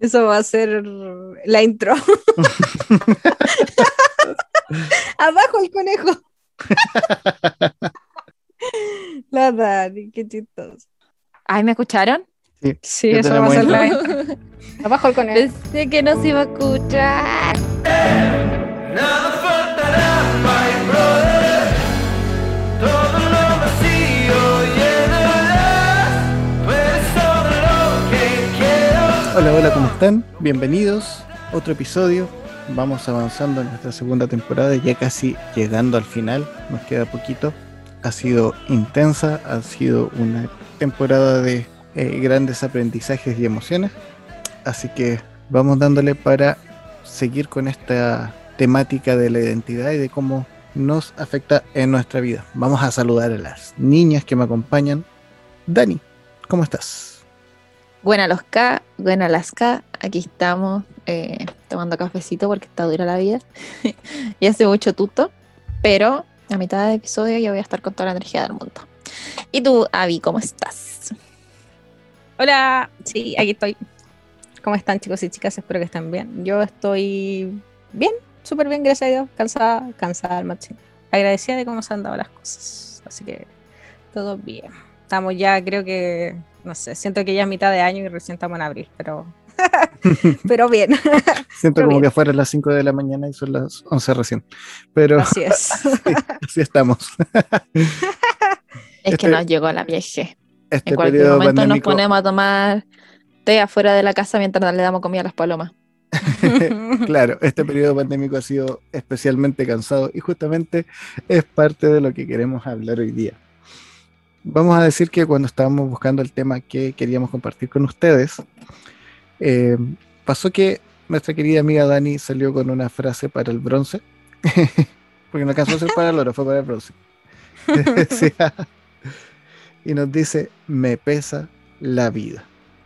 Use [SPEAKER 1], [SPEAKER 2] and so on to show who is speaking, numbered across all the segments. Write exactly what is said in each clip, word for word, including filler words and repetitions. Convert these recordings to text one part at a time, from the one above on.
[SPEAKER 1] Eso va a ser la intro. Abajo el conejo. La Dani, qué chistoso.
[SPEAKER 2] Ay, ¿me escucharon?
[SPEAKER 3] Sí,
[SPEAKER 1] Sí,
[SPEAKER 3] ya
[SPEAKER 1] eso va a
[SPEAKER 3] tenemos
[SPEAKER 1] ser
[SPEAKER 3] intro.
[SPEAKER 1] la intro. Abajo el conejo.
[SPEAKER 2] Pensé que no se iba a escuchar.
[SPEAKER 4] Nada faltará, my brother. Todo lo vacío llenarás. Pues todo lo que quiero.
[SPEAKER 3] Hola, hola, ¿cómo están? Bienvenidos a otro episodio. Vamos avanzando en nuestra segunda temporada, ya casi llegando al final. Nos queda poquito. Ha sido intensa, ha sido una temporada de eh, grandes aprendizajes y emociones. Así que vamos dándole para seguir con esta temática de la identidad y de cómo nos afecta en nuestra vida. Vamos a saludar a las niñas que me acompañan. Dani, ¿cómo estás?
[SPEAKER 2] Buena los K, buena las K. Aquí estamos eh, tomando cafecito porque está dura la vida. Y hace mucho tuto, pero a mitad del episodio yo voy a estar con toda la energía del mundo. ¿Y tú, Abby, cómo estás?
[SPEAKER 1] Hola, sí, aquí estoy. ¿Cómo están, chicos y chicas? Espero que estén bien. Yo estoy bien, súper bien, gracias a Dios. Cansada, cansada al máximo. Agradecida de cómo se han dado las cosas. Así que todo bien. Estamos ya, creo que, no sé, siento que ya es mitad de año y recién estamos en abril, pero, pero bien.
[SPEAKER 3] Siento
[SPEAKER 1] Pero
[SPEAKER 3] como
[SPEAKER 1] bien.
[SPEAKER 3] que fuera las cinco de la mañana y son las once recién. Pero
[SPEAKER 1] Así es.
[SPEAKER 3] sí, así estamos.
[SPEAKER 2] Es que
[SPEAKER 3] Este,
[SPEAKER 2] nos llegó la vieje.
[SPEAKER 3] este
[SPEAKER 2] En cualquier
[SPEAKER 3] periodo
[SPEAKER 2] momento nos
[SPEAKER 3] pandémico,
[SPEAKER 2] ponemos a tomar té afuera de la casa mientras le damos comida a las palomas.
[SPEAKER 3] claro, este periodo pandémico ha sido especialmente cansado y justamente es parte de lo que queremos hablar hoy día. Vamos a decir que cuando estábamos buscando el tema que queríamos compartir con ustedes, eh, pasó que nuestra querida amiga Dani salió con una frase para el bronce, porque no alcanzó a ser para el oro, fue para el bronce. Decía, y nos dice, me pesa la vida.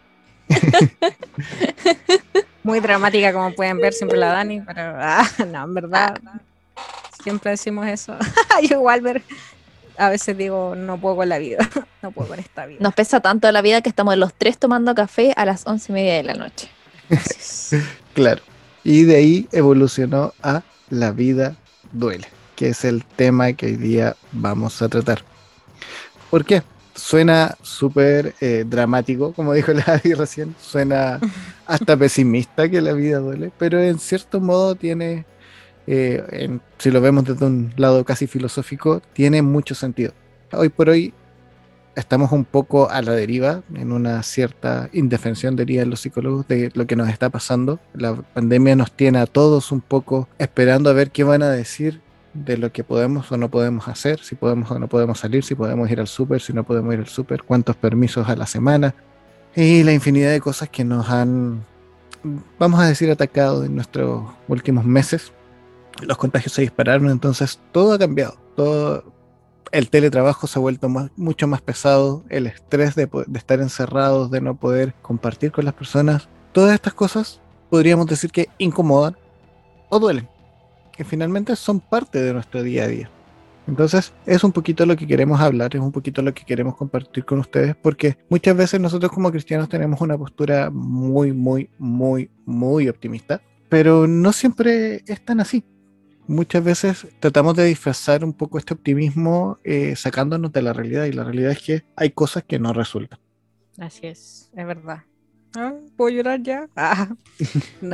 [SPEAKER 1] Muy dramática, como pueden ver, siempre la Dani, pero ah, no, en verdad, siempre decimos eso. Yo igual ver, a veces digo, no puedo con la vida, no puedo con esta vida.
[SPEAKER 2] Nos pesa tanto la vida que estamos los tres tomando café a las once y media de la noche.
[SPEAKER 1] Así es.
[SPEAKER 3] Claro. Y de ahí evolucionó a la vida duele, que es el tema que hoy día vamos a tratar. ¿Por qué? Suena súper eh, dramático, como dijo la Adi recién, suena hasta pesimista que la vida duele, pero en cierto modo tiene, eh, en- si lo vemos desde un lado casi filosófico, tiene mucho sentido. Hoy por hoy estamos un poco a la deriva, en una cierta indefensión, dirían los psicólogos, de lo que nos está pasando. La pandemia nos tiene a todos un poco esperando a ver qué van a decir de lo que podemos o no podemos hacer, si podemos o no podemos salir, si podemos ir al súper, si no podemos ir al súper, cuántos permisos a la semana y la infinidad de cosas que nos han, vamos a decir, atacado en nuestros últimos meses. Los contagios se dispararon, entonces todo ha cambiado, todo, el teletrabajo se ha vuelto más- mucho más pesado, el estrés de, po- de estar encerrados, de no poder compartir con las personas, todas estas cosas podríamos decir que incomodan o duelen, que finalmente son parte de nuestro día a día. Entonces es un poquito lo que queremos hablar, es un poquito lo que queremos compartir con ustedes, porque muchas veces nosotros como cristianos tenemos una postura muy, muy, muy, muy optimista, pero no siempre es tan así. Muchas veces tratamos de disfrazar un poco este optimismo eh, sacándonos de la realidad, y la realidad es que hay cosas que no resultan.
[SPEAKER 1] Así es, es verdad. Ah, ¿puedo llorar ya? Ah, no.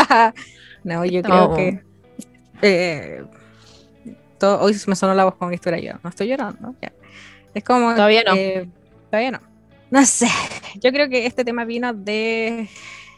[SPEAKER 1] No, yo creo
[SPEAKER 2] No,
[SPEAKER 1] que eh, todo, hoy me sonó la voz como que estuviera llorando. No estoy llorando, ya. Es como
[SPEAKER 2] todavía no.
[SPEAKER 1] eh, todavía no. No sé. Yo creo que este tema vino de,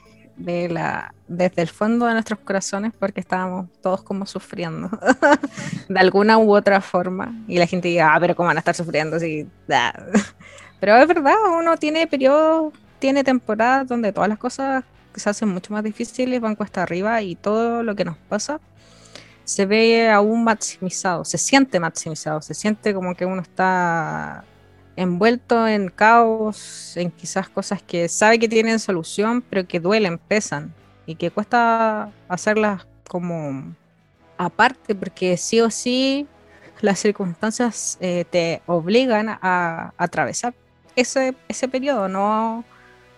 [SPEAKER 1] de la, desde el fondo de nuestros corazones porque estábamos todos como sufriendo de alguna u otra forma. Y la gente diga, ah, pero ¿cómo van a estar sufriendo? Si, da". Pero es verdad, uno tiene periodos, tiene temporadas donde todas las cosas se hacen mucho más difíciles, van cuesta arriba y todo lo que nos pasa se ve aún maximizado, se siente maximizado, se siente como que uno está envuelto en caos, en quizás cosas que sabe que tienen solución, pero que duelen, pesan y que cuesta hacerlas como aparte, porque sí o sí las circunstancias eh, te obligan a, a atravesar ese, ese periodo, no,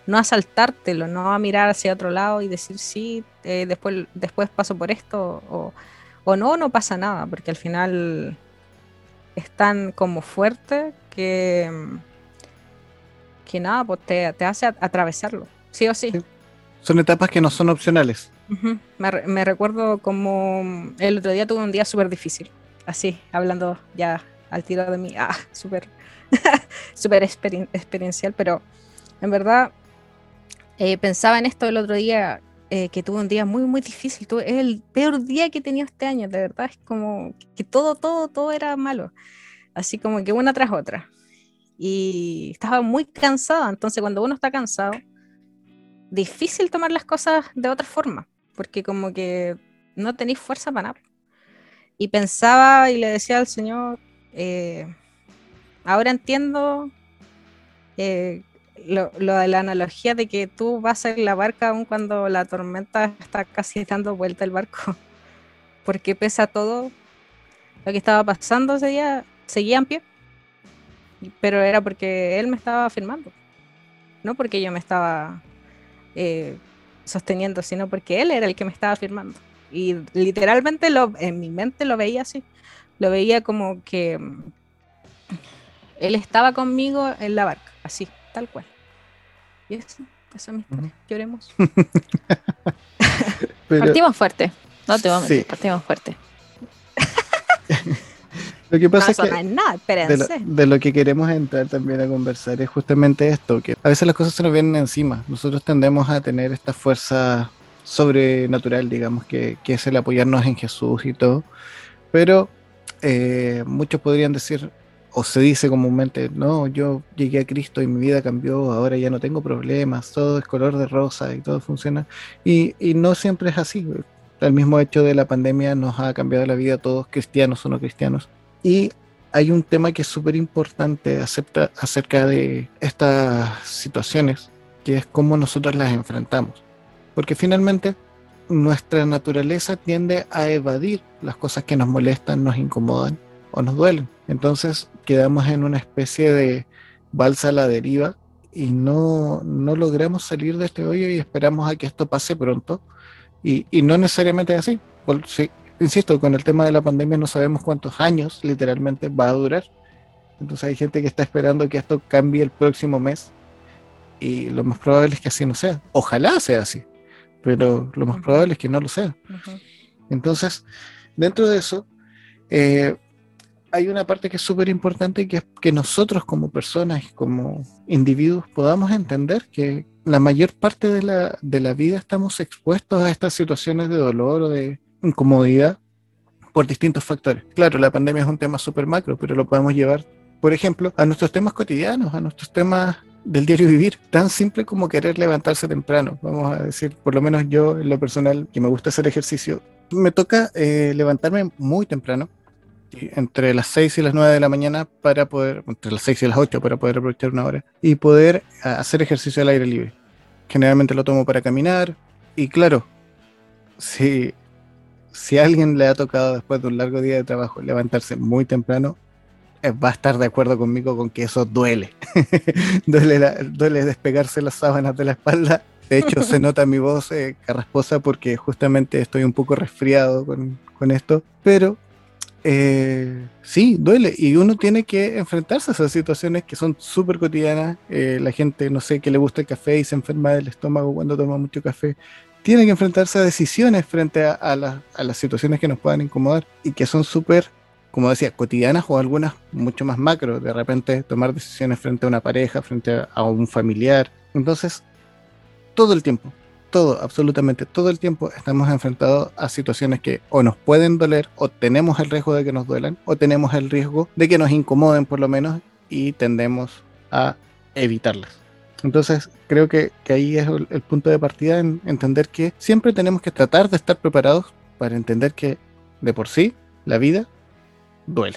[SPEAKER 1] no a saltártelo, no a mirar hacia otro lado y decir sí, eh, después, después paso por esto, o, o no, no pasa nada, porque al final es tan como fuerte que, que nada, pues te, te hace atravesarlo, sí o sí.
[SPEAKER 3] Sí. Son etapas que no son opcionales.
[SPEAKER 1] Uh-huh. Me, re- me recuerdo como el otro día tuve un día súper difícil, así, hablando ya al tiro de mí, ah, súper súper experien- experiencial, pero en verdad eh, pensaba en esto el otro día, eh, que tuve un día muy, muy difícil, tuve, es el peor día que he tenido este año, de verdad, es como que todo, todo, todo era malo, así como que una tras otra, y estaba muy cansada, entonces cuando uno está cansado, difícil tomar las cosas de otra forma, porque como que no tenéis fuerza para nada. Y pensaba y le decía al Señor, eh, ahora entiendo eh, lo, lo de la analogía de que tú vas en la barca aun cuando la tormenta está casi dando vuelta el barco, porque pese a todo lo que estaba pasando ese día, seguía en pie, pero era porque Él me estaba firmando, no porque yo me estaba eh, sosteniendo, sino porque Él era el que me estaba firmando. Y literalmente lo, en mi mente lo veía así, lo veía como que mm, Él estaba conmigo en la barca, así, tal cual. Y eso, esa es mi historia.
[SPEAKER 3] Ujú.
[SPEAKER 1] Lloremos.
[SPEAKER 3] Pero
[SPEAKER 2] Partimos fuerte. No te voy a mentir,
[SPEAKER 3] sí,
[SPEAKER 2] partimos fuerte.
[SPEAKER 3] lo que
[SPEAKER 1] No,
[SPEAKER 3] pasa es
[SPEAKER 1] eso no
[SPEAKER 3] que
[SPEAKER 1] es nada,
[SPEAKER 3] de lo,
[SPEAKER 1] espérense.
[SPEAKER 3] de lo que queremos entrar también a conversar es justamente esto, que a veces las cosas se nos vienen encima. Nosotros tendemos a tener esta fuerza sobrenatural, digamos, que, que es el apoyarnos en Jesús y todo, pero eh, muchos podrían decir, o se dice comúnmente, no, yo llegué a Cristo y mi vida cambió, ahora ya no tengo problemas, todo es color de rosa y todo funciona. Y, y no siempre es así. El mismo hecho de la pandemia nos ha cambiado la vida a todos, cristianos o no cristianos. Y hay un tema que es súper importante acepta- acerca de estas situaciones, que es cómo nosotros las enfrentamos. Porque finalmente nuestra naturaleza tiende a evadir las cosas que nos molestan, nos incomodan o nos duelen. Entonces quedamos en una especie de balsa a la deriva y no, no logramos salir de este hoyo y esperamos a que esto pase pronto. Y, y no necesariamente es así. Por- sí, insisto, con el tema de la pandemia no sabemos cuántos años literalmente va a durar. Entonces hay gente que está esperando que esto cambie el próximo mes y lo más probable es que así no sea. Ojalá sea así, pero lo más
[SPEAKER 1] Ujú,
[SPEAKER 3] probable es que no lo sea.
[SPEAKER 1] ujú.
[SPEAKER 3] Entonces, dentro de eso, eh, hay una parte que es súper importante, que es que nosotros como personas y como individuos podamos entender que la mayor parte de la, de la vida estamos expuestos a estas situaciones de dolor o de incomodidad por distintos factores. Claro, la pandemia es un tema súper macro, pero lo podemos llevar, por ejemplo, a nuestros temas cotidianos, a nuestros temas del diario vivir, tan simple como querer levantarse temprano. Vamos a decir, por lo menos yo, en lo personal, que me gusta hacer ejercicio, me toca eh, levantarme muy temprano, y entre las seis y las nueve de la mañana, para poder, entre las seis y las ocho para poder aprovechar una hora, y poder a, hacer ejercicio al aire libre. Generalmente lo tomo para caminar, y claro, si si a alguien le ha tocado después de un largo día de trabajo levantarse muy temprano, eh, va a estar de acuerdo conmigo con que eso duele. duele, la- duele despegarse las sábanas de la espalda. De hecho, se nota mi voz eh, carrasposa porque justamente estoy un poco resfriado con, con esto. Pero eh, sí, duele. Y uno tiene que enfrentarse a esas situaciones que son súper cotidianas. Eh, la gente, no sé, que le gusta el café y se enferma del estómago cuando toma mucho café. Tiene que enfrentarse a decisiones frente a, a la- a las situaciones que nos puedan incomodar y que son súper, como decía, cotidianas o algunas mucho más macro. De repente tomar decisiones frente a una pareja, frente a, a un familiar. Entonces, todo el tiempo, todo, absolutamente todo el tiempo estamos enfrentados a situaciones que o nos pueden doler, o tenemos el riesgo de que nos duelan, o tenemos el riesgo de que nos incomoden por lo menos y tendemos a evitarlas. Entonces, creo que, que ahí es el, el punto de partida en entender que siempre tenemos que tratar de estar preparados para entender que de por sí la vida duele.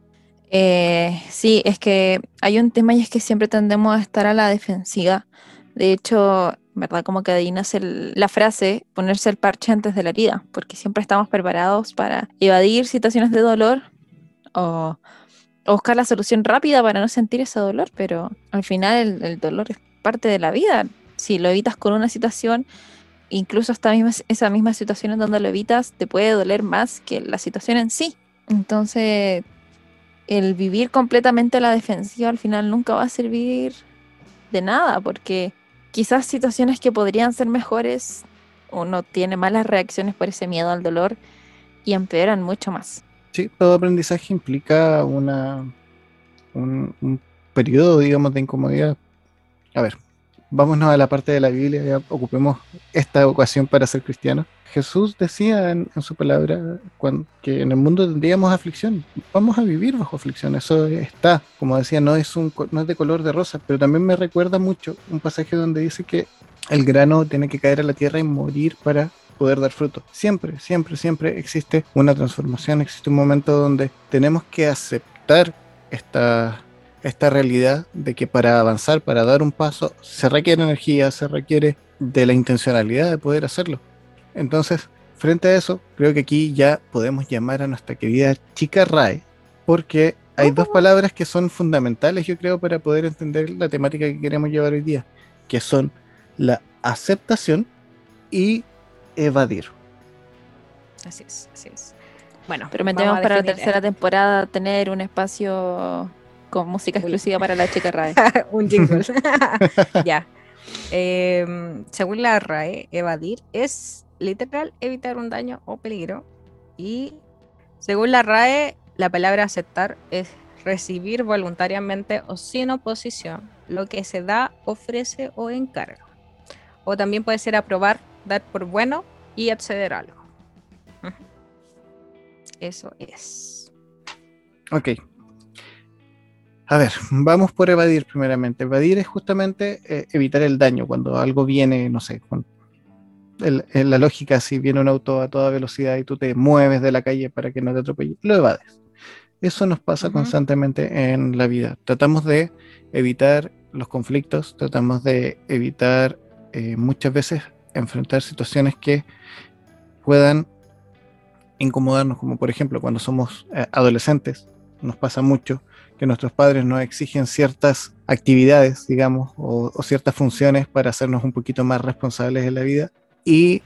[SPEAKER 2] Eh, sí, es que hay un tema y es que siempre tendemos a estar a la defensiva. De hecho, ¿verdad? Como que ahí nace el- la frase, ponerse el parche antes de la herida, porque siempre estamos preparados para evadir situaciones de dolor o, o buscar la solución rápida para no sentir ese dolor, pero al final el, el dolor es parte de la vida. si lo evitas con una situación, incluso esta misma, esa misma situación en donde lo evitas te puede doler más que la situación en sí. Entonces, el vivir completamente a la defensiva al final nunca va a servir de nada, porque quizás situaciones que podrían ser mejores, uno tiene malas reacciones por ese miedo al dolor y empeoran mucho más.
[SPEAKER 3] Sí, todo aprendizaje implica una, un, un periodo, digamos, de incomodidad. A ver, vámonos a la parte de la Biblia, ya ocupemos esta ocasión para ser cristianos. Jesús decía en, en su palabra cuan- que en el mundo tendríamos aflicción. Vamos a vivir bajo aflicción, eso está. Como decía, no es, un, co- no es de color de rosa, pero también me recuerda mucho un pasaje donde dice que el grano tiene que caer a la tierra y morir para poder dar fruto. Siempre, siempre, siempre existe una transformación, existe un momento donde tenemos que aceptar esta, esta realidad de que para avanzar, para dar un paso, se requiere energía, se requiere de la intencionalidad de poder hacerlo. Entonces, frente a eso, creo que aquí ya podemos llamar a nuestra querida chica Rae, porque hay dos palabras que son fundamentales, yo creo, para poder entender la temática que queremos llevar hoy día, que son la aceptación y evadir.
[SPEAKER 1] Así es, así es. Bueno,
[SPEAKER 2] Prometemos
[SPEAKER 1] vamos a
[SPEAKER 2] para la
[SPEAKER 1] definir
[SPEAKER 2] tercera temporada tener un espacio con música
[SPEAKER 1] Uy.
[SPEAKER 2] exclusiva para la chica RAE.
[SPEAKER 1] un jingle. Ya. Eh, según la RAE, evadir es literal evitar un daño o peligro. Y según la RAE, la palabra aceptar es recibir voluntariamente o sin oposición lo que se da, ofrece o encarga. O también puede ser aprobar, dar por bueno y acceder a algo. Ujú. Eso es.
[SPEAKER 3] Ok. A ver, vamos por evadir primeramente. Evadir es justamente eh, evitar el daño cuando algo viene, no sé, con el- en la lógica, si viene un auto a toda velocidad y tú te mueves de la calle para que no te atropelle, lo evades. Eso nos pasa
[SPEAKER 1] Ujú.
[SPEAKER 3] constantemente en la vida. Tratamos de evitar los conflictos, tratamos de evitar eh, muchas veces enfrentar situaciones que puedan incomodarnos, como por ejemplo cuando somos eh, adolescentes, nos pasa mucho que nuestros padres nos exigen ciertas actividades, digamos, o, o ciertas funciones para hacernos un poquito más responsables en la vida y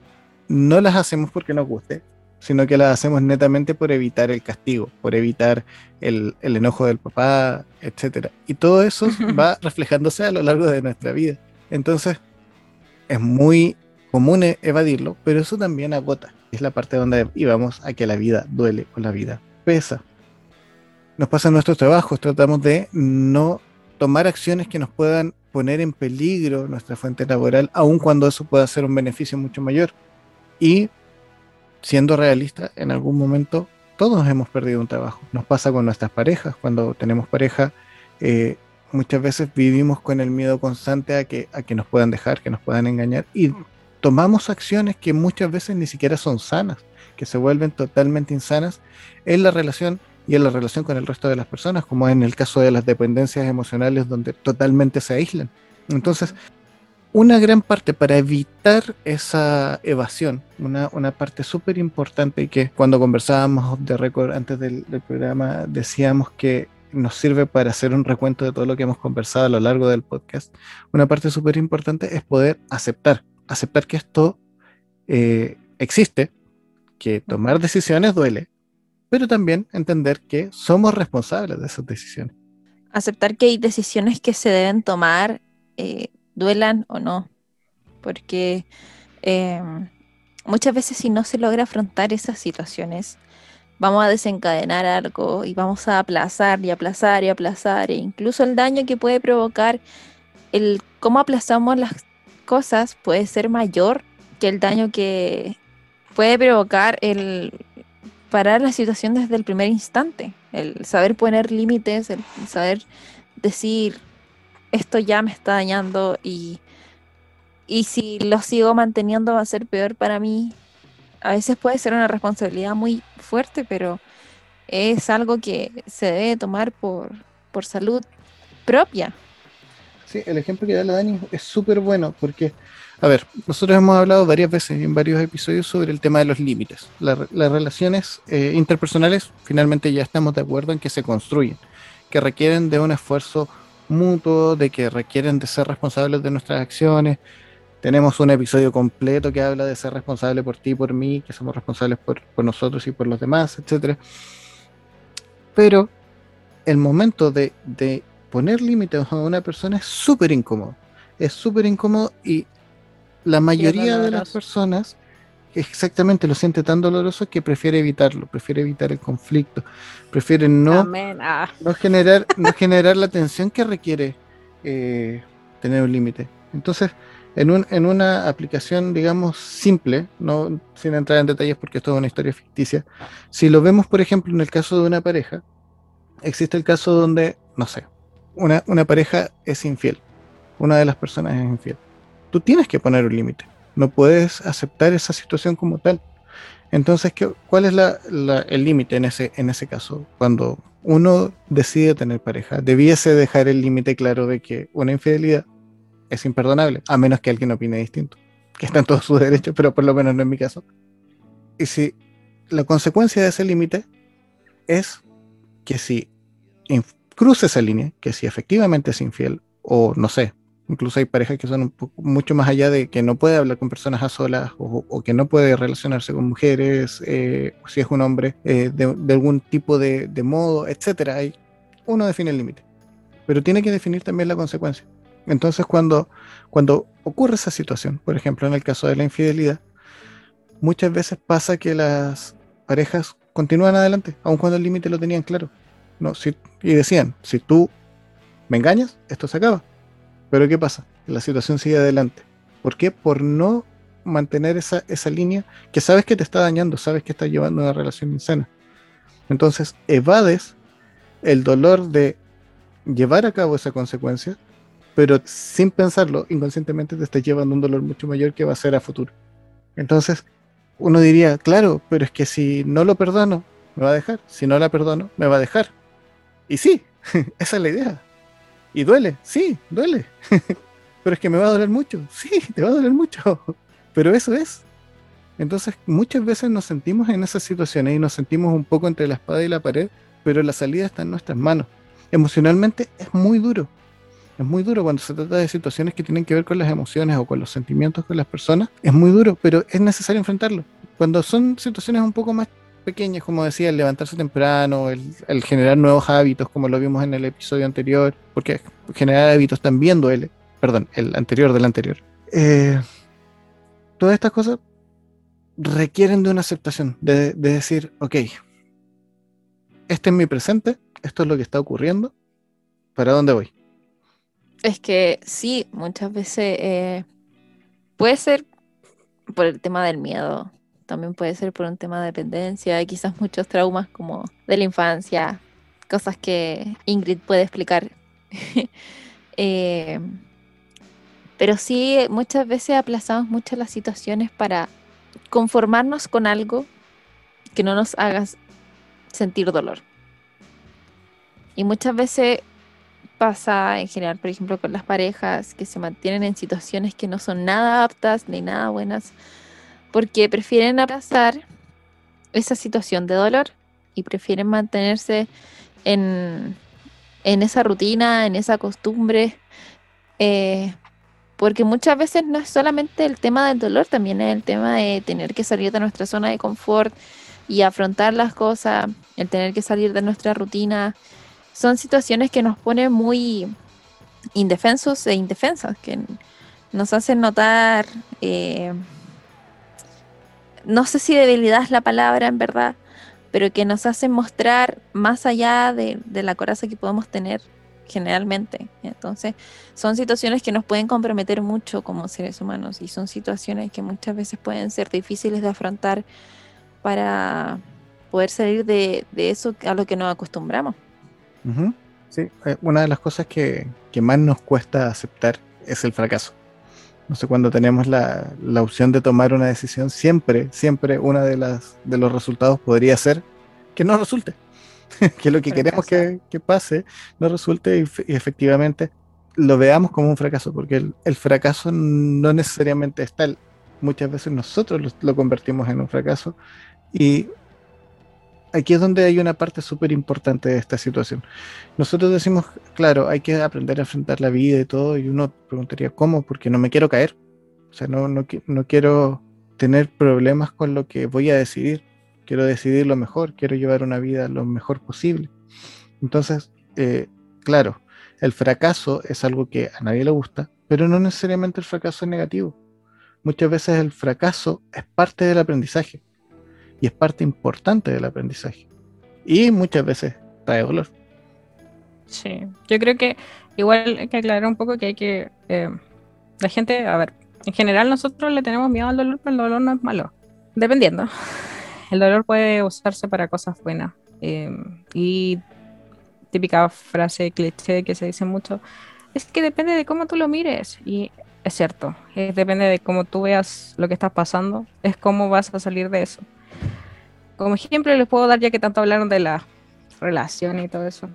[SPEAKER 3] no las hacemos porque nos guste, sino que las hacemos netamente por evitar el castigo, por evitar el, el enojo del papá, etcétera. Y todo eso va reflejándose a lo largo de nuestra vida. Entonces, es muy común e- evadirlo, pero eso también agota. Es la parte donde íbamos a que la vida duele o la vida pesa. Nos pasa en nuestros trabajos, tratamos de no tomar acciones que nos puedan poner en peligro nuestra fuente laboral, aun cuando eso pueda ser un beneficio mucho mayor. Y siendo realista, en algún momento todos hemos perdido un trabajo. Nos pasa con nuestras parejas, cuando tenemos pareja, eh, muchas veces vivimos con el miedo constante a que, a que nos puedan dejar, que nos puedan engañar y tomamos acciones que muchas veces ni siquiera son sanas, que se vuelven totalmente insanas en la relación y en la relación con el resto de las personas, como en el caso de las dependencias emocionales donde totalmente se aíslan. Entonces, una gran parte para evitar esa evasión, una, una parte súper importante y que cuando conversábamos off the record antes del, del programa decíamos que nos sirve para hacer un recuento de todo lo que hemos conversado a lo largo del podcast, una parte súper importante es poder aceptar, aceptar que esto eh, existe, que tomar decisiones duele, pero también entender que somos responsables de esas decisiones.
[SPEAKER 2] Aceptar que hay decisiones que se deben tomar, eh, duelan o no, porque eh, muchas veces si no se logra afrontar esas situaciones, vamos a desencadenar algo y vamos a aplazar y aplazar y aplazar, e incluso el daño que puede provocar el cómo aplazamos las cosas puede ser mayor que el daño que puede provocar el parar la situación desde el primer instante, el saber poner límites, el saber decir esto ya me está dañando y, y si lo sigo manteniendo va a ser peor para mí. A veces puede ser una responsabilidad muy fuerte, pero es algo que se debe tomar por, por salud propia.
[SPEAKER 3] Sí, el ejemplo que da la Dani es súper bueno porque, a ver, nosotros hemos hablado varias veces en varios episodios sobre el tema de los límites. La- las relaciones eh, interpersonales finalmente ya estamos de acuerdo en que se construyen, que requieren de un esfuerzo mutuo, de que requieren de ser responsables de nuestras acciones. Tenemos un episodio completo que habla de ser responsable por ti y por mí, que somos responsables por, por nosotros y por los demás, etcétera. Pero el momento de, de poner límites a una persona es súper incómodo. Es súper incómodo y la mayoría de las
[SPEAKER 1] doloroso.
[SPEAKER 3] personas exactamente lo siente tan doloroso que prefiere evitarlo, prefiere evitar el conflicto, prefiere no,
[SPEAKER 1] Amén. Ah,
[SPEAKER 3] no generar, no generar la tensión que requiere eh, tener un límite. Entonces, en, un, en una aplicación, digamos, simple, no sin entrar en detalles porque esto es una historia ficticia, si lo vemos, por ejemplo, en el caso de una pareja, existe el caso donde, no sé, una, una pareja es infiel, una de las personas es infiel. Tú tienes que poner un límite, no puedes aceptar esa situación como tal. Entonces, ¿qué, ¿cuál es la, la, el límite en ese, en ese caso? Cuando uno decide tener pareja, debiese dejar el límite claro de que una infidelidad es imperdonable, a menos que alguien opine distinto, que está en todos sus derechos, pero por lo menos no en mi caso. Y si la consecuencia de ese límite es que si inf- cruza esa línea, que si efectivamente es infiel, o no sé, incluso hay parejas que son un poco, mucho más allá de que no puede hablar con personas a solas, o, o que no puede relacionarse con mujeres, eh, si es un hombre, eh, de, de algún tipo de, de modo, etcétera. Hay, uno define el límite, pero tiene que definir también la consecuencia. Entonces, cuando, cuando ocurre esa situación, por ejemplo, en el caso de la infidelidad, muchas veces pasa que las parejas continúan adelante, aun cuando el límite lo tenían claro. No, si, y decían, si tú me engañas, esto se acaba. Pero ¿qué pasa? La situación sigue adelante. ¿Por qué? Por no mantener esa, esa línea que sabes que te está dañando, sabes que estás llevando una relación insana. Entonces, evades el dolor de llevar a cabo esa consecuencia, pero sin pensarlo, inconscientemente te estás llevando un dolor mucho mayor que va a ser a futuro. Entonces, uno diría, claro, pero es que si no lo perdono, me va a dejar. Si no la perdono, me va a dejar. Y sí, esa es la idea. Y duele, sí, duele. Pero es que me va a doler mucho. Sí, te va a doler mucho. Pero eso es. Entonces, muchas veces nos sentimos en esas situaciones y nos sentimos un poco entre la espada y la pared, pero la salida está en nuestras manos. Emocionalmente es muy duro. Es muy duro cuando se trata de situaciones que tienen que ver con las emociones o con los sentimientos con las personas. Es muy duro, pero es necesario enfrentarlo. Cuando son situaciones un poco más pequeñas, como decía, el levantarse temprano, el, el generar nuevos hábitos, como lo vimos en el episodio anterior, porque generar hábitos también duele. Perdón, el anterior del anterior. Eh, todas estas cosas requieren de una aceptación, de, de decir, ok, este es mi presente, esto es lo que está ocurriendo, ¿para dónde voy?
[SPEAKER 2] Es que sí, muchas veces eh, puede ser por el tema del miedo, también puede ser por un tema de dependencia, y quizás muchos traumas como de la infancia, cosas que Ingrid puede explicar. Eh, pero sí, muchas veces aplazamos mucho las situaciones para conformarnos con algo que no nos haga sentir dolor. Y muchas veces pasa en general, por ejemplo, con las parejas que se mantienen en situaciones que no son nada aptas ni nada buenas, porque prefieren abrazar esa situación de dolor y prefieren mantenerse en, en esa rutina, en esa costumbre, eh, porque muchas veces no es solamente el tema del dolor, también es el tema de tener que salir de nuestra zona de confort y afrontar las cosas, el tener que salir de nuestra rutina. Son situaciones que nos ponen muy indefensos e indefensas, que nos hacen notar, eh, no sé si debilidad es la palabra en verdad, pero que nos hacen mostrar más allá de, de la coraza que podemos tener generalmente. Entonces, son situaciones que nos pueden comprometer mucho como seres humanos y son situaciones que muchas veces pueden ser difíciles de afrontar para poder salir de, de eso a lo que nos acostumbramos.
[SPEAKER 3] Uh-huh. Sí, eh, una de las cosas que, que más nos cuesta aceptar es el fracaso. No sé, cuando tenemos la, la opción de tomar una decisión, siempre, siempre una de las de los resultados podría ser que no resulte, que lo que queremos
[SPEAKER 2] Fracasar.
[SPEAKER 3] que, que pase no resulte y, fe- y efectivamente lo veamos como un fracaso, porque el, el fracaso no necesariamente es tal. Muchas veces nosotros lo, lo convertimos en un fracaso y aquí es donde hay una parte súper importante de esta situación. Nosotros decimos, claro, hay que aprender a enfrentar la vida y todo, y uno preguntaría, ¿cómo? Porque no me quiero caer. O sea, no, no, qui- no quiero tener problemas con lo que voy a decidir. Quiero decidir lo mejor, quiero llevar una vida lo mejor posible. Entonces, eh, claro, el fracaso es algo que a nadie le gusta, pero no necesariamente el fracaso es negativo. Muchas veces el fracaso es parte del aprendizaje y es parte importante del aprendizaje. Y muchas veces trae dolor.
[SPEAKER 1] Sí, yo creo que igual hay que aclarar un poco que hay que... eh, la gente, a ver, en general nosotros le tenemos miedo al dolor, pero el dolor no es malo. Dependiendo. El dolor puede usarse para cosas buenas. eh, y típica frase cliché que se dice mucho, es que depende de cómo tú lo mires. Y es cierto, eh, depende de cómo tú veas lo que estás pasando, es cómo vas a salir de eso. Como ejemplo les puedo dar, ya que tanto hablaron de la relación y todo eso.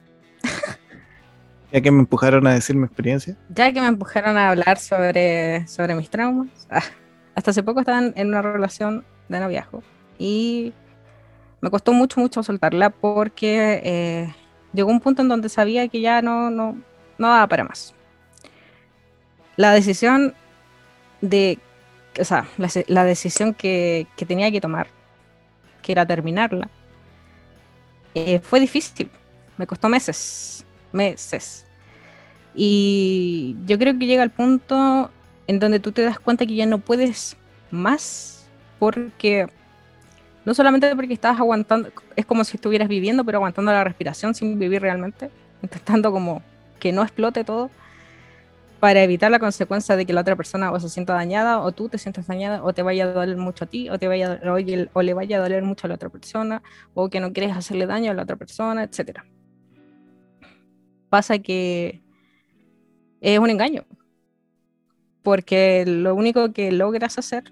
[SPEAKER 3] Ya que me empujaron a decir mi experiencia.
[SPEAKER 1] Ya que me empujaron a hablar sobre, sobre mis traumas, ah, hasta hace poco estaba en, en una relación de noviazgo y me costó mucho, mucho soltarla porque eh, llegó un punto en donde sabía que ya no, no, no daba para más. La decisión de, o sea, la, la decisión que, que tenía que tomar, que era terminarla, eh, fue difícil. Me costó meses, meses. Y yo creo que llega el punto en donde tú te das cuenta que ya no puedes más, porque no solamente porque estás aguantando, es como si estuvieras viviendo, pero aguantando la respiración sin vivir realmente, intentando como que no explote todo, para evitar la consecuencia de que la otra persona o se sienta dañada, o tú te sientas dañada, o te vaya a doler mucho a ti, o, te vaya, o, o le vaya a doler mucho a la otra persona, o que no quieres hacerle daño a la otra persona, etcétera. Pasa que es un engaño, porque lo único que logras hacer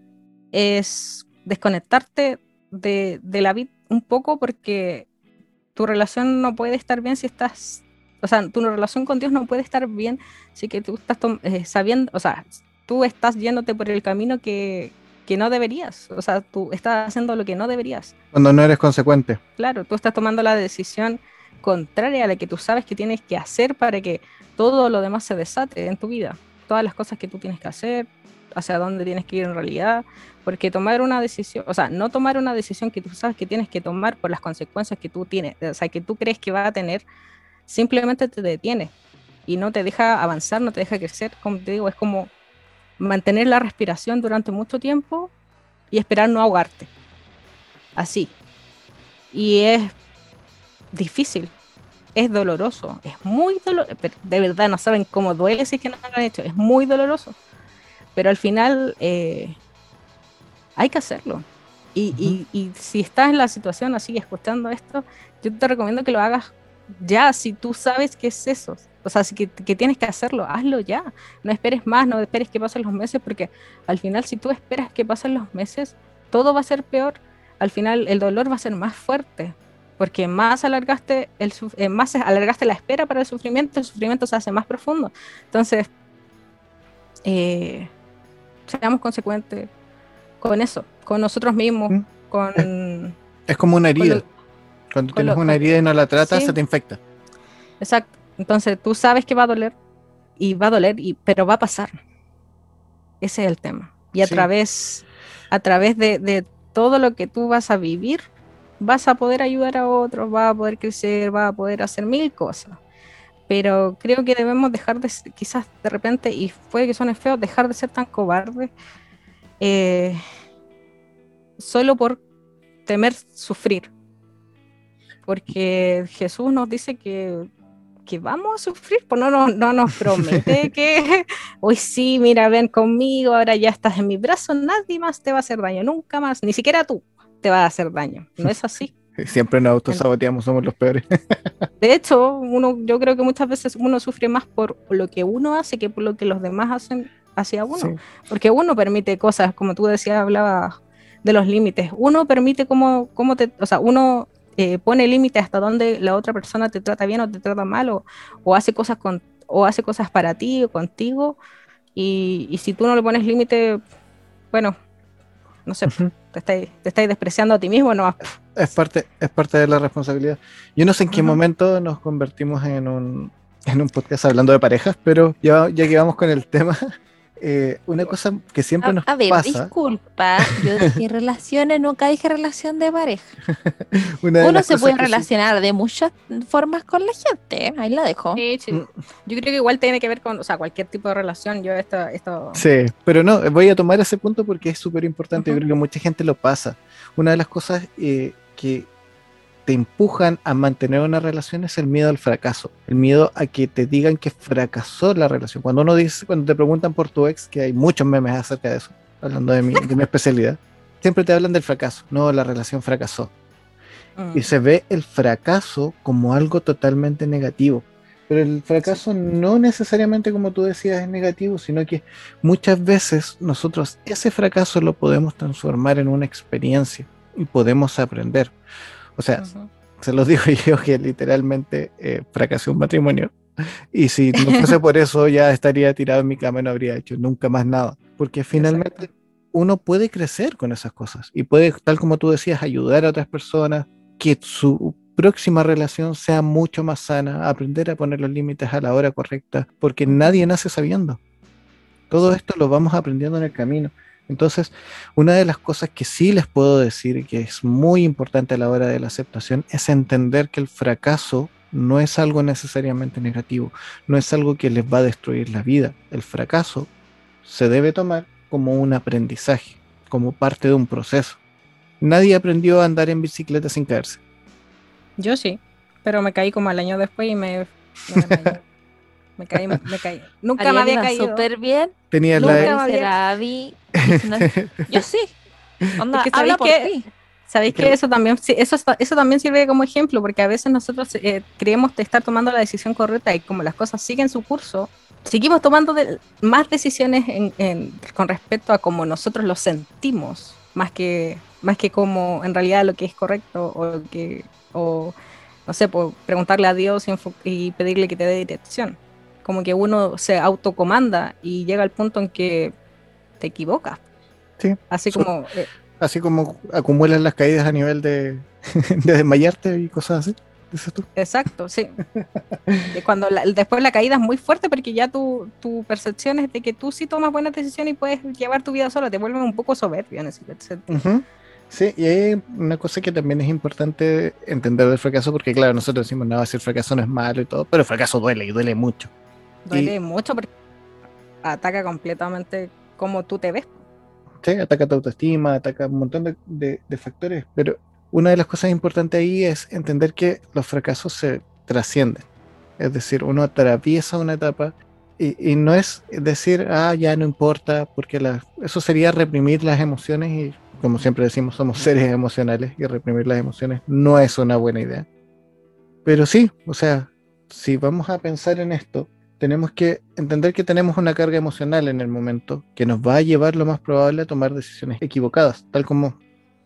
[SPEAKER 1] es desconectarte de, de la vida un poco, porque tu relación no puede estar bien si estás, o sea, tu relación con Dios no puede estar bien si que tú estás eh, sabiendo, o sea, tú estás yéndote por el camino que, que no deberías, o sea, tú estás haciendo lo que no deberías.
[SPEAKER 3] Cuando no eres consecuente.
[SPEAKER 1] Claro, tú estás tomando la decisión contraria a la que tú sabes que tienes que hacer para que todo lo demás se desate en tu vida. Todas las cosas que tú tienes que hacer, hacia dónde tienes que ir en realidad, porque tomar una decisión, o sea, no tomar una decisión que tú sabes que tienes que tomar por las consecuencias que tú tienes, o sea, que tú crees que va a tener, simplemente te detiene y no te deja avanzar, no te deja crecer. Como te digo, es como mantener la respiración durante mucho tiempo y esperar no ahogarte. Así. Y es difícil, es doloroso, es muy doloroso, de verdad no saben cómo duele si es que no lo han hecho, es muy doloroso, pero al final eh, hay que hacerlo. Y, uh-huh. y, y si estás en la situación así escuchando esto, yo te recomiendo que lo hagas ya, si tú sabes que es eso, o sea, si que, que tienes que hacerlo, hazlo ya, no esperes más, no esperes que pasen los meses, porque al final si tú esperas que pasen los meses, todo va a ser peor, al final el dolor va a ser más fuerte, porque más alargaste, el, eh, más alargaste la espera para el sufrimiento, el sufrimiento se hace más profundo. Entonces, eh, seamos consecuentes con eso, con nosotros mismos, ¿Mm? con...
[SPEAKER 3] Es, es como una herida. Lo, Cuando tienes lo, una herida y no la tratas, sí. se te infecta.
[SPEAKER 1] Exacto. Entonces, tú sabes que va a doler, y va a doler, y, pero va a pasar. Ese es el tema. Y a sí. través, a través de, de todo lo que tú vas a vivir, vas a poder ayudar a otros, vas a poder crecer, vas a poder hacer mil cosas. Pero creo que debemos dejar de, quizás de repente, y puede que suene feo, dejar de ser tan cobardes eh, solo por temer sufrir. Porque Jesús nos dice que, que vamos a sufrir, pues no, no, no nos promete que hoy sí, mira, ven conmigo, ahora ya estás en mis brazos, nadie más te va a hacer daño, nunca más, ni siquiera tú te va a hacer daño. No es así.
[SPEAKER 3] Siempre nos autosaboteamos, somos los peores.
[SPEAKER 1] De hecho, uno, yo creo que muchas veces uno sufre más por lo que uno hace que por lo que los demás hacen hacia uno. Sí. Porque uno permite cosas, como tú decías, hablabas de los límites. Uno permite cómo, cómo te, o sea, uno eh, pone límites hasta donde la otra persona te trata bien o te trata mal, o, o hace cosas con, o hace cosas para ti o contigo. Y, y si tú no le pones límite, bueno, no sé. Uh-huh. te estáis, te estáis despreciando a ti mismo, no.
[SPEAKER 3] Es parte, es parte de la responsabilidad. Yo no sé en qué
[SPEAKER 1] Ujú.
[SPEAKER 3] momento nos convertimos en un, en un podcast hablando de parejas, pero ya, ya que vamos con el tema, eh, una cosa que siempre
[SPEAKER 2] A,
[SPEAKER 3] nos
[SPEAKER 2] a ver,
[SPEAKER 3] pasa,
[SPEAKER 2] disculpa, yo dije relaciones, nunca dije relación de pareja.
[SPEAKER 3] una de
[SPEAKER 2] Uno
[SPEAKER 3] las
[SPEAKER 2] se
[SPEAKER 3] cosas
[SPEAKER 2] puede
[SPEAKER 3] que sí-
[SPEAKER 2] relacionar de muchas formas con la gente, ¿eh? Ahí la dejo.
[SPEAKER 1] Sí, sí.
[SPEAKER 3] Mm.
[SPEAKER 1] Yo creo que igual tiene que ver con, o sea, cualquier tipo de relación. Yo esto, esto.
[SPEAKER 3] Sí, pero no, voy a tomar ese punto porque es súper importante. Yo
[SPEAKER 1] Ujú.
[SPEAKER 3] creo que mucha gente lo pasa. Una de las cosas eh, que te empujan a mantener una relación es el miedo al fracaso, el miedo a que te digan que fracasó la relación. Cuando uno dice, cuando te preguntan por tu ex, que hay muchos memes acerca de eso, hablando de mi, de mi especialidad, siempre te hablan del fracaso. No, la relación fracasó.
[SPEAKER 1] Mm.
[SPEAKER 3] Y se ve el fracaso como algo totalmente negativo. Pero el fracaso no necesariamente, como tú decías, es negativo, sino que muchas veces nosotros ese fracaso lo podemos transformar en una experiencia y podemos aprender. O sea,
[SPEAKER 1] Ujú.
[SPEAKER 3] se los digo yo que literalmente eh, fracasé un matrimonio. Y si no fuese por eso, ya estaría tirado en mi cama y no habría hecho nunca más nada. Porque finalmente uno puede crecer con esas cosas y puede, tal como tú decías, ayudar a otras personas, que su próxima relación sea mucho más sana, aprender a poner los límites a la hora correcta, porque
[SPEAKER 1] Ujú.
[SPEAKER 3] nadie nace sabiendo. Todo
[SPEAKER 1] Exacto.
[SPEAKER 3] esto lo vamos aprendiendo en el camino. Entonces, una de las cosas que sí les puedo decir que es muy importante a la hora de la aceptación es entender que el fracaso no es algo necesariamente negativo, no es algo que les va a destruir la vida. El fracaso se debe tomar como un aprendizaje, como parte de un proceso. Nadie aprendió a andar en bicicleta sin caerse.
[SPEAKER 1] Yo sí, pero me caí como al año después y me, me desmayé. Me caí, me caí. Nunca me
[SPEAKER 2] Ariel
[SPEAKER 1] había
[SPEAKER 2] iba
[SPEAKER 1] caído.
[SPEAKER 2] súper bien.
[SPEAKER 3] Tenías
[SPEAKER 1] Nunca
[SPEAKER 2] Nunca
[SPEAKER 1] me
[SPEAKER 3] la...
[SPEAKER 1] había-
[SPEAKER 2] dice la Abby diciendo, yo sí. Onda,
[SPEAKER 1] Porque
[SPEAKER 2] habla
[SPEAKER 1] sabéis
[SPEAKER 2] por
[SPEAKER 1] que
[SPEAKER 2] ti.
[SPEAKER 1] sabéis
[SPEAKER 3] que-
[SPEAKER 1] que eso también, sí, eso, está- eso también sirve como ejemplo, porque a veces nosotros eh, creemos de estar tomando la decisión correcta y como las cosas siguen su curso, seguimos tomando de- más decisiones en- en- con respecto a cómo nosotros lo sentimos, más que, más que como en realidad lo que es correcto o que, o no sé, por preguntarle a Dios y, enfo- y pedirle que te dé dirección. Como que uno se autocomanda y llega al punto en que te equivocas.
[SPEAKER 3] Sí,
[SPEAKER 1] Así
[SPEAKER 3] so-
[SPEAKER 1] como, eh,
[SPEAKER 3] así como acumulas las caídas a nivel de, de desmayarte y cosas así, dices tú.
[SPEAKER 1] exacto, sí. De cuando la- después la caída es muy fuerte porque ya tu, tu percepción es de que tú sí tomas buenas decisiones y puedes llevar tu vida sola, te vuelven un poco soberbio en ese sentido.
[SPEAKER 3] Ujú. Sí, y hay una cosa que también es importante entender del fracaso, porque claro, nosotros decimos, no, si el fracaso no es malo y todo, pero el fracaso duele y duele mucho.
[SPEAKER 1] Duele mucho porque ataca completamente cómo tú te ves.
[SPEAKER 3] Sí, ataca tu autoestima, ataca un montón de, de- de factores, pero una de las cosas importantes ahí es entender que los fracasos se trascienden. Es decir, uno atraviesa una etapa y, y no es decir, ah, ya no importa, porque la- eso sería reprimir las emociones y, como siempre decimos, somos seres emocionales y reprimir las emociones no es una buena idea. Pero sí, o sea, si vamos a pensar en esto, tenemos que entender que tenemos una carga emocional en el momento que nos va a llevar lo más probable a tomar decisiones equivocadas, tal como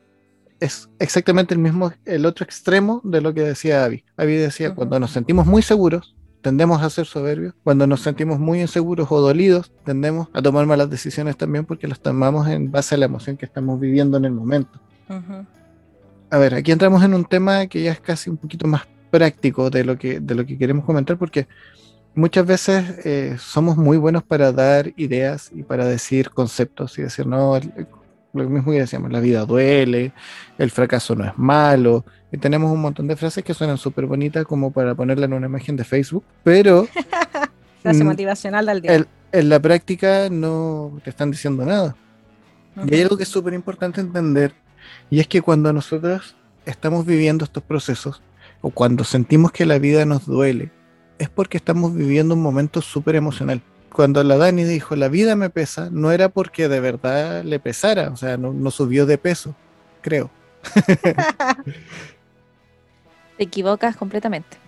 [SPEAKER 3] es exactamente el mismo, el otro extremo de lo que decía Abby. Abby decía,
[SPEAKER 1] Ujú.
[SPEAKER 3] cuando nos sentimos muy seguros, tendemos a ser soberbios. Cuando nos sentimos muy inseguros o dolidos, tendemos a tomar malas decisiones también porque las tomamos en base a la emoción que estamos viviendo en el momento.
[SPEAKER 1] Ujú.
[SPEAKER 3] A ver, aquí entramos en un tema que ya es casi un poquito más práctico de lo que, de lo que queremos comentar, porque muchas veces eh, somos muy buenos para dar ideas y para decir conceptos y decir, no, el- el- lo mismo que decíamos, la vida duele, el fracaso no es malo, y tenemos un montón de frases que suenan súper bonitas como para ponerla en una imagen de Facebook, pero
[SPEAKER 1] Frase
[SPEAKER 3] mm,
[SPEAKER 1] motivacional del día.
[SPEAKER 3] el- en la práctica no te están diciendo nada. Y hay
[SPEAKER 1] Ujú.
[SPEAKER 3] algo que es súper importante entender, y es que cuando nosotros estamos viviendo estos procesos, o cuando sentimos que la vida nos duele, es porque estamos viviendo un momento súper emocional. Cuando la Dani dijo, la vida me pesa, no era porque de verdad le pesara, o sea, no, no subió de peso, creo.
[SPEAKER 2] Te equivocas completamente.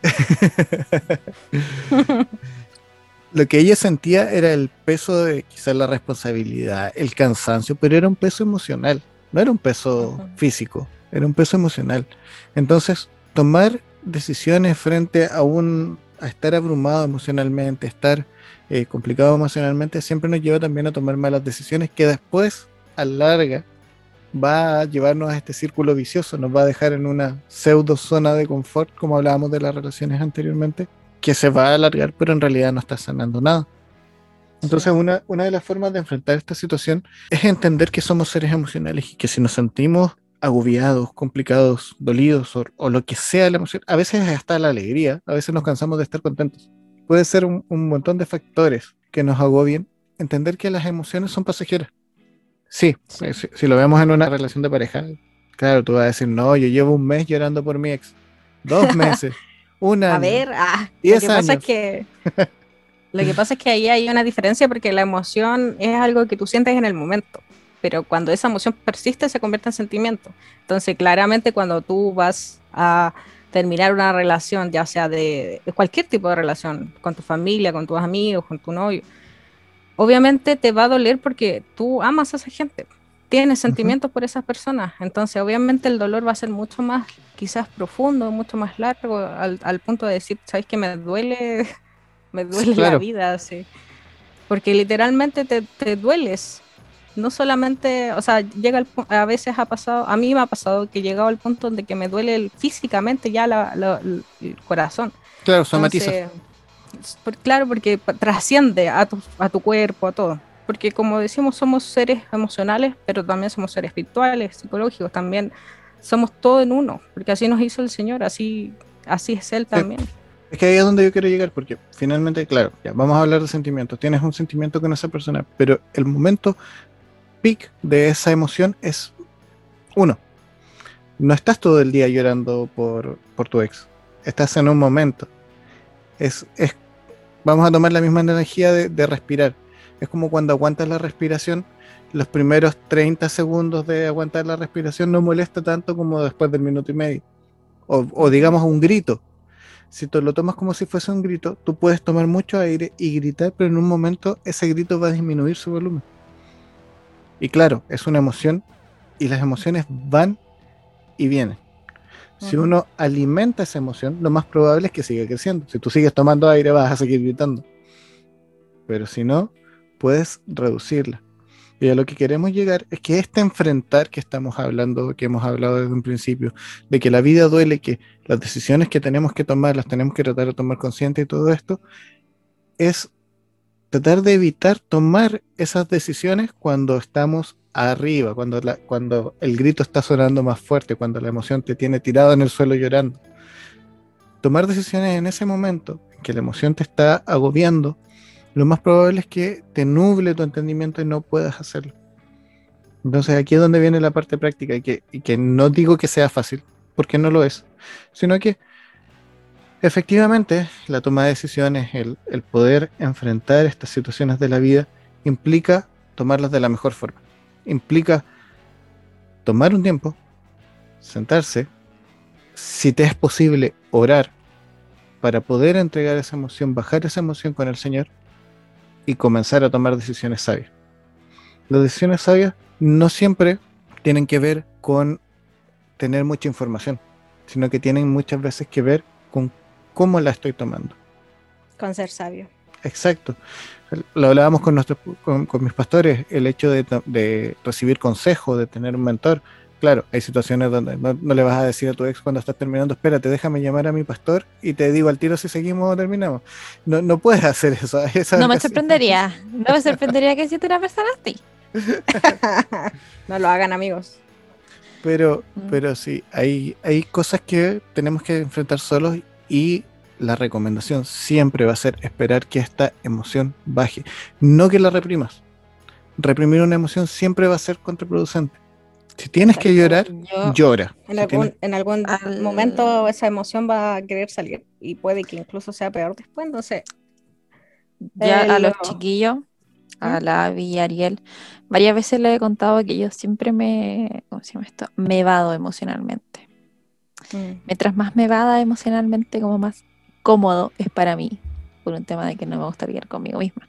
[SPEAKER 3] Lo que ella sentía era el peso de quizás la responsabilidad, el cansancio, pero era un peso emocional, no era un peso
[SPEAKER 1] Ujú.
[SPEAKER 3] físico, era un peso emocional. Entonces, tomar decisiones frente a un a estar abrumado emocionalmente, estar eh, complicado emocionalmente, siempre nos lleva también a tomar malas decisiones que después, a la larga, va a llevarnos a este círculo vicioso, nos va a dejar en una pseudo zona de confort, como hablábamos de las relaciones anteriormente, que se va a alargar, pero en realidad no está sanando nada. Entonces,
[SPEAKER 1] Sí.
[SPEAKER 3] una, una de las formas de enfrentar esta situación es entender que somos seres emocionales y que si nos sentimos agobiados, complicados, dolidos o, o lo que sea la emoción, a veces hasta la alegría, a veces nos cansamos de estar contentos. Puede ser un, un montón de factores que nos agobien, entender que las emociones son pasajeras. Sí,
[SPEAKER 1] Sí.
[SPEAKER 3] eh, si, si lo vemos en una relación de pareja, claro, tú vas a decir, no, yo llevo un mes llorando por mi ex, dos meses, un
[SPEAKER 1] A
[SPEAKER 3] año,
[SPEAKER 1] ver, ah, lo
[SPEAKER 3] diez
[SPEAKER 1] que pasa es
[SPEAKER 3] años.
[SPEAKER 1] que lo que pasa es que ahí hay una diferencia porque la emoción es algo que tú sientes en el momento, pero cuando esa emoción persiste se convierte en sentimiento. Entonces, claramente cuando tú vas a terminar una relación, ya sea de, de cualquier tipo de relación, con tu familia, con tus amigos, con tu novio, obviamente te va a doler porque tú amas a esa gente, tienes
[SPEAKER 3] Ujú.
[SPEAKER 1] sentimientos por esas personas, entonces obviamente el dolor va a ser mucho más, quizás profundo, mucho más largo, al, al punto de decir, ¿sabes qué? Me duele, me
[SPEAKER 3] Sí,
[SPEAKER 1] duele la
[SPEAKER 3] claro,
[SPEAKER 1] vida, así, porque literalmente te, te dueles. No solamente, o sea, llega el, pu- a veces ha pasado, a mí me ha pasado que he llegado al punto donde que me duele el- físicamente ya la- la- el el corazón.
[SPEAKER 3] claro, somatiza.
[SPEAKER 1] Entonces, es por- claro, porque pa- trasciende a tu, a tu cuerpo, a todo. Porque como decimos, somos seres emocionales, pero también somos seres espirituales, psicológicos, también somos todo en uno, porque así nos hizo el Señor, así, así es Él
[SPEAKER 3] Sí,
[SPEAKER 1] también.
[SPEAKER 3] es que ahí es donde yo quiero llegar, porque finalmente, claro, ya vamos a hablar de sentimientos. Tienes un sentimiento con esa persona, pero el momento peak de esa emoción es uno. No estás todo el día llorando por, por tu ex. Estás en un momento. Es, es, vamos a tomar la misma energía de, de respirar. Es como cuando aguantas la respiración, los primeros treinta segundos de aguantar la respiración no molesta tanto como después del minuto y medio. O, o
[SPEAKER 1] Ujú.
[SPEAKER 3] digamos un grito. Si tú lo tomas como si fuese un grito, tú puedes tomar mucho aire y gritar, pero en un momento ese grito va a disminuir su volumen. Y claro, es una emoción y las emociones van y vienen. Si
[SPEAKER 1] Ujú.
[SPEAKER 3] uno alimenta esa emoción, lo más probable es que siga creciendo. Si tú sigues tomando aire, vas a seguir gritando. Pero si no, puedes reducirla. Y a lo que queremos llegar es que este enfrentar que estamos hablando, que hemos hablado desde un principio, de que la vida duele, que las decisiones que tenemos que tomar las tenemos que tratar de tomar consciente y todo esto, es tratar de evitar tomar esas decisiones cuando estamos arriba, cuando, la, cuando el grito está sonando más fuerte, cuando la emoción te tiene tirado en el suelo llorando. Tomar decisiones en ese momento en que la emoción te está agobiando, lo más probable es que te nuble tu entendimiento y no puedas hacerlo. Entonces aquí es donde viene la parte práctica y que, y que no digo que sea fácil, porque no lo es, sino que efectivamente la toma de decisiones, el, el poder enfrentar estas situaciones de la vida, implica tomarlas de la mejor forma. Implica tomar un tiempo, sentarse, si te es posible orar para poder entregar esa emoción, bajar esa emoción con el Señor y comenzar a tomar decisiones sabias. Las decisiones sabias no siempre tienen que ver con tener mucha información, sino que tienen muchas veces que ver con cómo la estoy tomando.
[SPEAKER 1] Con ser sabio.
[SPEAKER 3] Exacto. Lo hablábamos con, nuestros, con, con mis pastores, el hecho de, de recibir consejo, de tener un mentor. Claro, hay situaciones donde no, no le vas a decir a tu ex cuando estás terminando, espérate, déjame llamar a mi pastor y te digo al tiro si seguimos o terminamos. No, no puedes hacer eso. Esa
[SPEAKER 2] No me
[SPEAKER 3] ocasión.
[SPEAKER 2] sorprendería. No me sorprendería que hiciera una persona así.
[SPEAKER 1] No lo hagan, amigos.
[SPEAKER 3] Pero,
[SPEAKER 2] Mm.
[SPEAKER 3] pero sí, hay, hay cosas que tenemos que enfrentar solos y la recomendación siempre va a ser esperar que esta emoción baje, no que la reprimas. Reprimir una emoción siempre va a ser contraproducente. Si tienes que llorar,
[SPEAKER 2] Yo,
[SPEAKER 3] llora.
[SPEAKER 1] En
[SPEAKER 3] Si tienes,
[SPEAKER 1] algún, en algún
[SPEAKER 2] al-
[SPEAKER 1] momento esa emoción va a querer salir y puede que incluso sea peor después. Entonces,
[SPEAKER 2] ya a
[SPEAKER 1] el-
[SPEAKER 2] los chiquillos,
[SPEAKER 1] ¿Mm?
[SPEAKER 2] a la Abby y a Ariel, varias veces les he contado que yo siempre me, ¿cómo se llama esto? Me evado emocionalmente.
[SPEAKER 1] Mm.
[SPEAKER 2] Mientras más me evada emocionalmente, como más cómodo es para mí, por un tema de que no me gusta lidiar conmigo misma.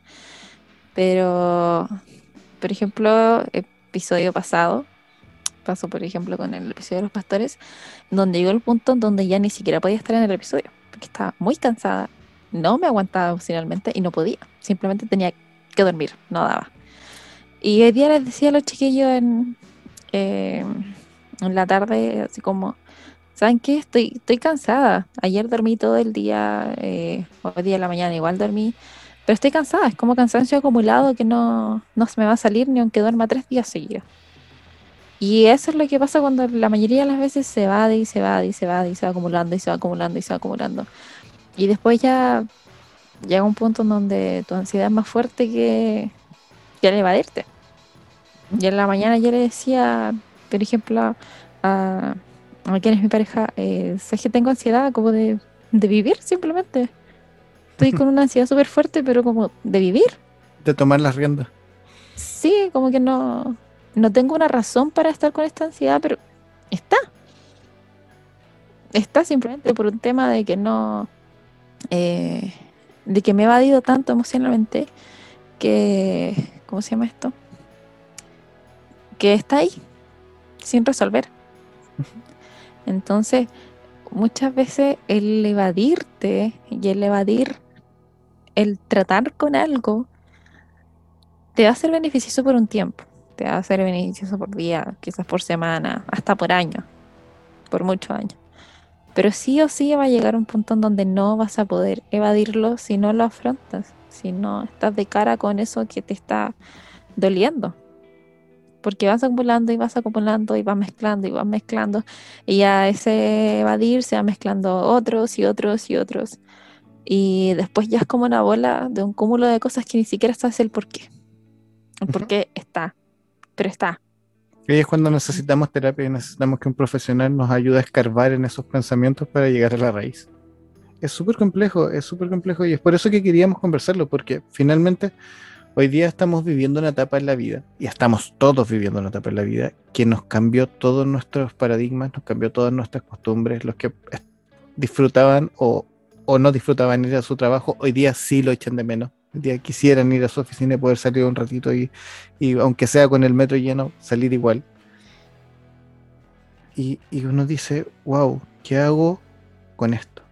[SPEAKER 2] Pero, por ejemplo, episodio pasado, pasó por ejemplo con el episodio de los pastores, donde llegó el punto en donde ya ni siquiera podía estar en el episodio, porque estaba muy cansada, no me aguantaba emocionalmente y no podía, simplemente tenía que dormir, no daba. Y hoy día les decía a los chiquillos en, eh, en la tarde, así como, ¿saben qué? Estoy, estoy cansada. Ayer dormí todo el día, eh, hoy día en la mañana igual dormí, pero estoy cansada. Es como cansancio acumulado que no, no se me va a salir ni aunque duerma tres días seguidos. Y eso es lo que pasa cuando la mayoría de las veces se va y se va y se va y se va acumulando y se va acumulando y se va acumulando. Y después ya llega un punto en donde tu ansiedad es más fuerte que, que el evadirte. Y en la mañana yo le decía, por ejemplo, a, a quien es mi pareja, eh, sabes que tengo ansiedad como de, de vivir simplemente. Estoy con una ansiedad súper fuerte, pero como de vivir.
[SPEAKER 3] De tomar las riendas.
[SPEAKER 2] Sí, como que no, no tengo una razón para estar con esta ansiedad, pero está. Está simplemente por un tema de que no, eh, de que me he evadido tanto emocionalmente que, ¿cómo se llama esto? Que está ahí, sin resolver. Entonces, muchas veces el evadirte y el evadir, el tratar con algo, te va a ser beneficioso por un tiempo. Te va a ser beneficioso por día, quizás por semana, hasta por año, por muchos años. Pero sí o sí va a llegar un punto en donde no vas a poder evadirlo si no lo afrontas, si no estás de cara con eso que te está doliendo. Porque vas acumulando y vas acumulando y vas mezclando y vas mezclando. Y a ese evadir se va mezclando otros y otros y otros. Y después ya es como una bola de un cúmulo de cosas que ni siquiera sabes el por qué. El por
[SPEAKER 3] Ujú.
[SPEAKER 2] qué está, pero está.
[SPEAKER 3] Y ahí es cuando necesitamos terapia y necesitamos que un profesional nos ayude a escarbar en esos pensamientos para llegar a la raíz. Es súper complejo, es súper complejo y es por eso que queríamos conversarlo, porque finalmente hoy día estamos viviendo una etapa en la vida, y estamos todos viviendo una etapa en la vida, que nos cambió todos nuestros paradigmas, nos cambió todas nuestras costumbres. Los que es- disfrutaban o, o no disfrutaban ir a su trabajo, hoy día sí lo echan de menos. Hoy día quisieran ir a su oficina y poder salir un ratito y, y aunque sea con el metro lleno, salir igual. Y, y uno dice, wow, ¿qué hago con esto?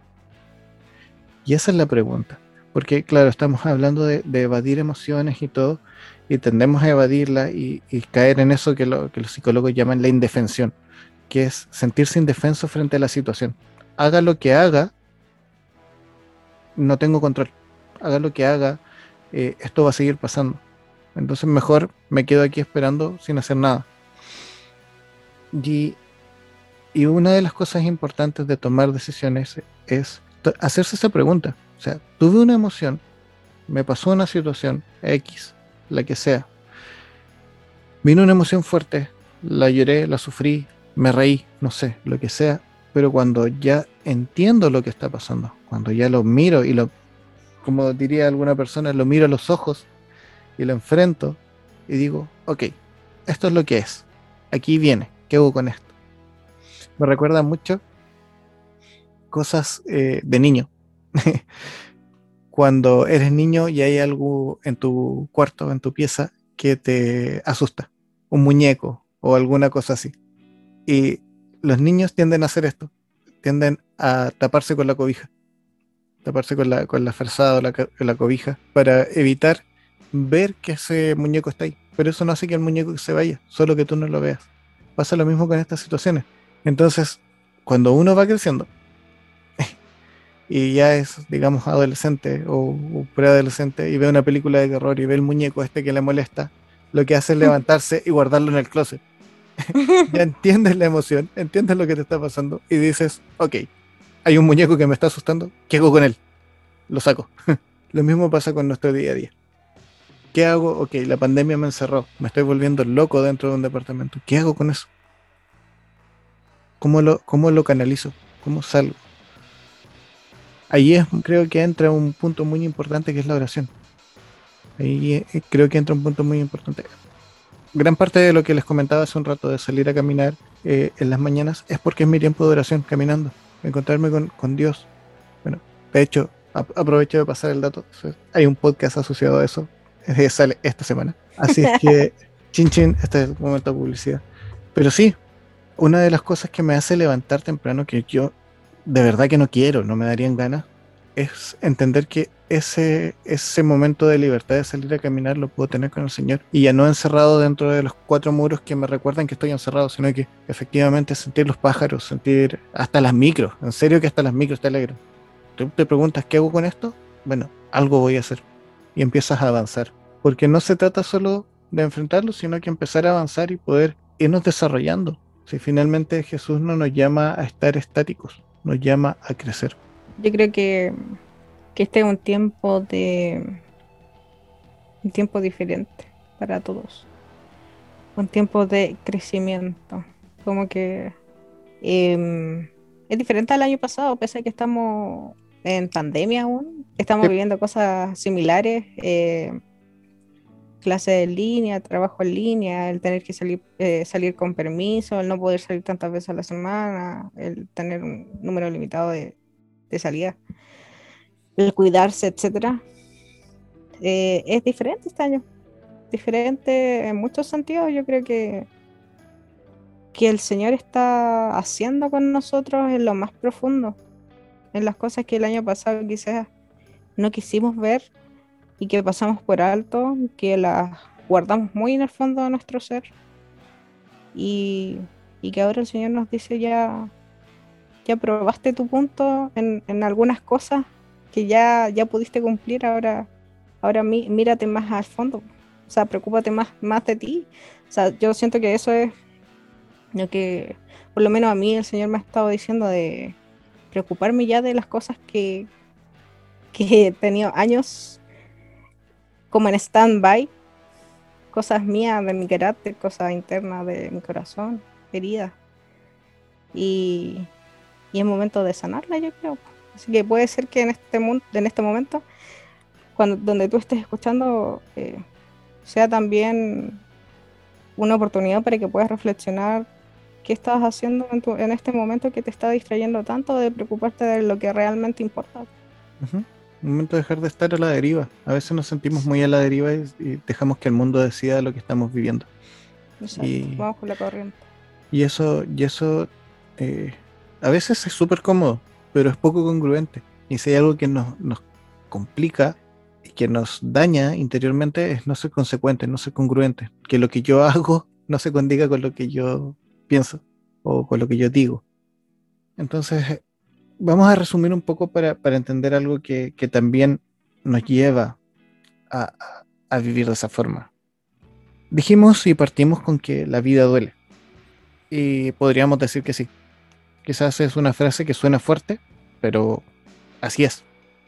[SPEAKER 3] Y esa es la pregunta. Porque, claro, estamos hablando de, de evadir emociones y todo, y tendemos a evadirla y, y caer en eso que, lo, que los psicólogos llaman la indefensión, que es sentirse indefenso frente a la situación. Haga lo que haga, no tengo control. Haga lo que haga, eh, esto va a seguir pasando. Entonces mejor me quedo aquí esperando sin hacer nada. Y, y una de las cosas importantes de tomar decisiones es to- hacerse esa pregunta. O sea, tuve una emoción, me pasó una situación X, la que sea. Vino una emoción fuerte, la lloré, la sufrí, me reí, no sé, lo que sea. Pero cuando ya entiendo lo que está pasando, cuando ya lo miro y lo, como diría alguna persona, lo miro a los ojos y lo enfrento y digo, ok, esto es lo que es. Aquí viene, ¿qué hago con esto? Me recuerda mucho cosas eh, de niño. Cuando eres niño y hay algo en tu cuarto, en tu pieza, que te asusta, un muñeco o alguna cosa así. Y los niños tienden a hacer esto, tienden a taparse con la cobija, taparse con la, con la frazada o la, ca- la cobija para evitar ver que ese muñeco está ahí. Pero eso no hace que el muñeco se vaya, solo que tú no lo veas. Pasa lo mismo con estas situaciones. Entonces, cuando uno va creciendo, y ya es, digamos, adolescente o, o preadolescente y ve una película de terror y ve el muñeco este que le molesta, lo que hace es levantarse y guardarlo en el closet. Ya entiendes la emoción, entiendes lo que te está pasando y dices, ok, hay un muñeco que me está asustando, ¿qué hago con él? Lo saco. Lo mismo pasa con nuestro día a día. ¿Qué hago? Ok, la pandemia me encerró, me estoy volviendo loco dentro de un departamento. ¿Qué hago con eso? ¿Cómo lo, cómo lo canalizo? ¿Cómo salgo? Ahí es, creo que entra un punto muy importante que es la oración. Ahí eh, creo que entra un punto muy importante. Gran parte de lo que les comentaba hace un rato de salir a caminar eh, en las mañanas es porque es mi tiempo de oración, caminando, encontrarme con, con Dios. Bueno, de hecho, ap- aprovecho de pasar el dato. O sea, hay un podcast asociado a eso, eh, sale esta semana. Así es que, chin chin, este es el momento de publicidad. Pero sí, una de las cosas que me hace levantar temprano, que yo de verdad que no quiero, no me darían ganas, es entender que ese, ese momento de libertad de salir a caminar lo puedo tener con el Señor y ya no encerrado dentro de los cuatro muros que me recuerdan que estoy encerrado, sino que efectivamente sentir los pájaros, sentir hasta las micros, en serio que hasta las micros te alegran. Tú te preguntas, ¿qué hago con esto? Bueno, algo voy a hacer y empiezas a avanzar, porque no se trata solo de enfrentarlo, sino que empezar a avanzar y poder irnos desarrollando. Si finalmente Jesús no nos llama a estar estáticos, nos llama a crecer.
[SPEAKER 1] Yo creo que, que este es un tiempo de un tiempo diferente para todos. Un tiempo de crecimiento. Como que eh, es diferente al año pasado, pese a que estamos en pandemia aún. Estamos
[SPEAKER 3] Sí.
[SPEAKER 1] viviendo cosas similares. Eh, clases en línea, trabajo en línea, el tener que salir, eh, salir con permiso, el no poder salir tantas veces a la semana, el tener un número limitado de, de salidas, el cuidarse, etcétera. Eh, es diferente este año, diferente en muchos sentidos. Yo creo que, que el Señor está haciendo con nosotros en lo más profundo, en las cosas que el año pasado quizás no quisimos ver y que pasamos por alto, que las guardamos muy en el fondo de nuestro ser y, y que ahora el Señor nos dice ya, ya probaste tu punto en, en algunas cosas que ya, ya pudiste cumplir, ahora, ahora mí, mírate más al fondo, o sea, preocúpate más, más de ti. O sea, yo siento que eso es lo que, por lo menos a mí, el Señor me ha estado diciendo, de preocuparme ya de las cosas que, que he tenido años como en stand-by, cosas mías de mi carácter, cosas internas de mi corazón, heridas. Y, y es momento de sanarla, yo creo. Así que puede ser que en este, mun- en este momento, cuando, donde tú estés escuchando, eh, sea también una oportunidad para que puedas reflexionar qué estás haciendo en, tu- en este momento que te está distrayendo tanto de preocuparte de lo que realmente importa.
[SPEAKER 3] Ujú. Un momento de dejar de estar a la deriva. A veces nos sentimos muy a la deriva y, y dejamos que el mundo decida lo que estamos viviendo.
[SPEAKER 1] Exacto,
[SPEAKER 3] Y,
[SPEAKER 1] vamos con la corriente.
[SPEAKER 3] y eso, y eso eh, a veces es súper cómodo, pero es poco congruente. Y si hay algo que nos, nos complica y que nos daña interiormente es no ser consecuente, no ser congruente. Que lo que yo hago no se condiga con lo que yo pienso o con lo que yo digo. Entonces, vamos a resumir un poco para, para entender algo que, que también nos lleva a, a- a vivir de esa forma. Dijimos y partimos con que la vida duele. Y podríamos decir que sí. Quizás es una frase que suena fuerte, pero así es.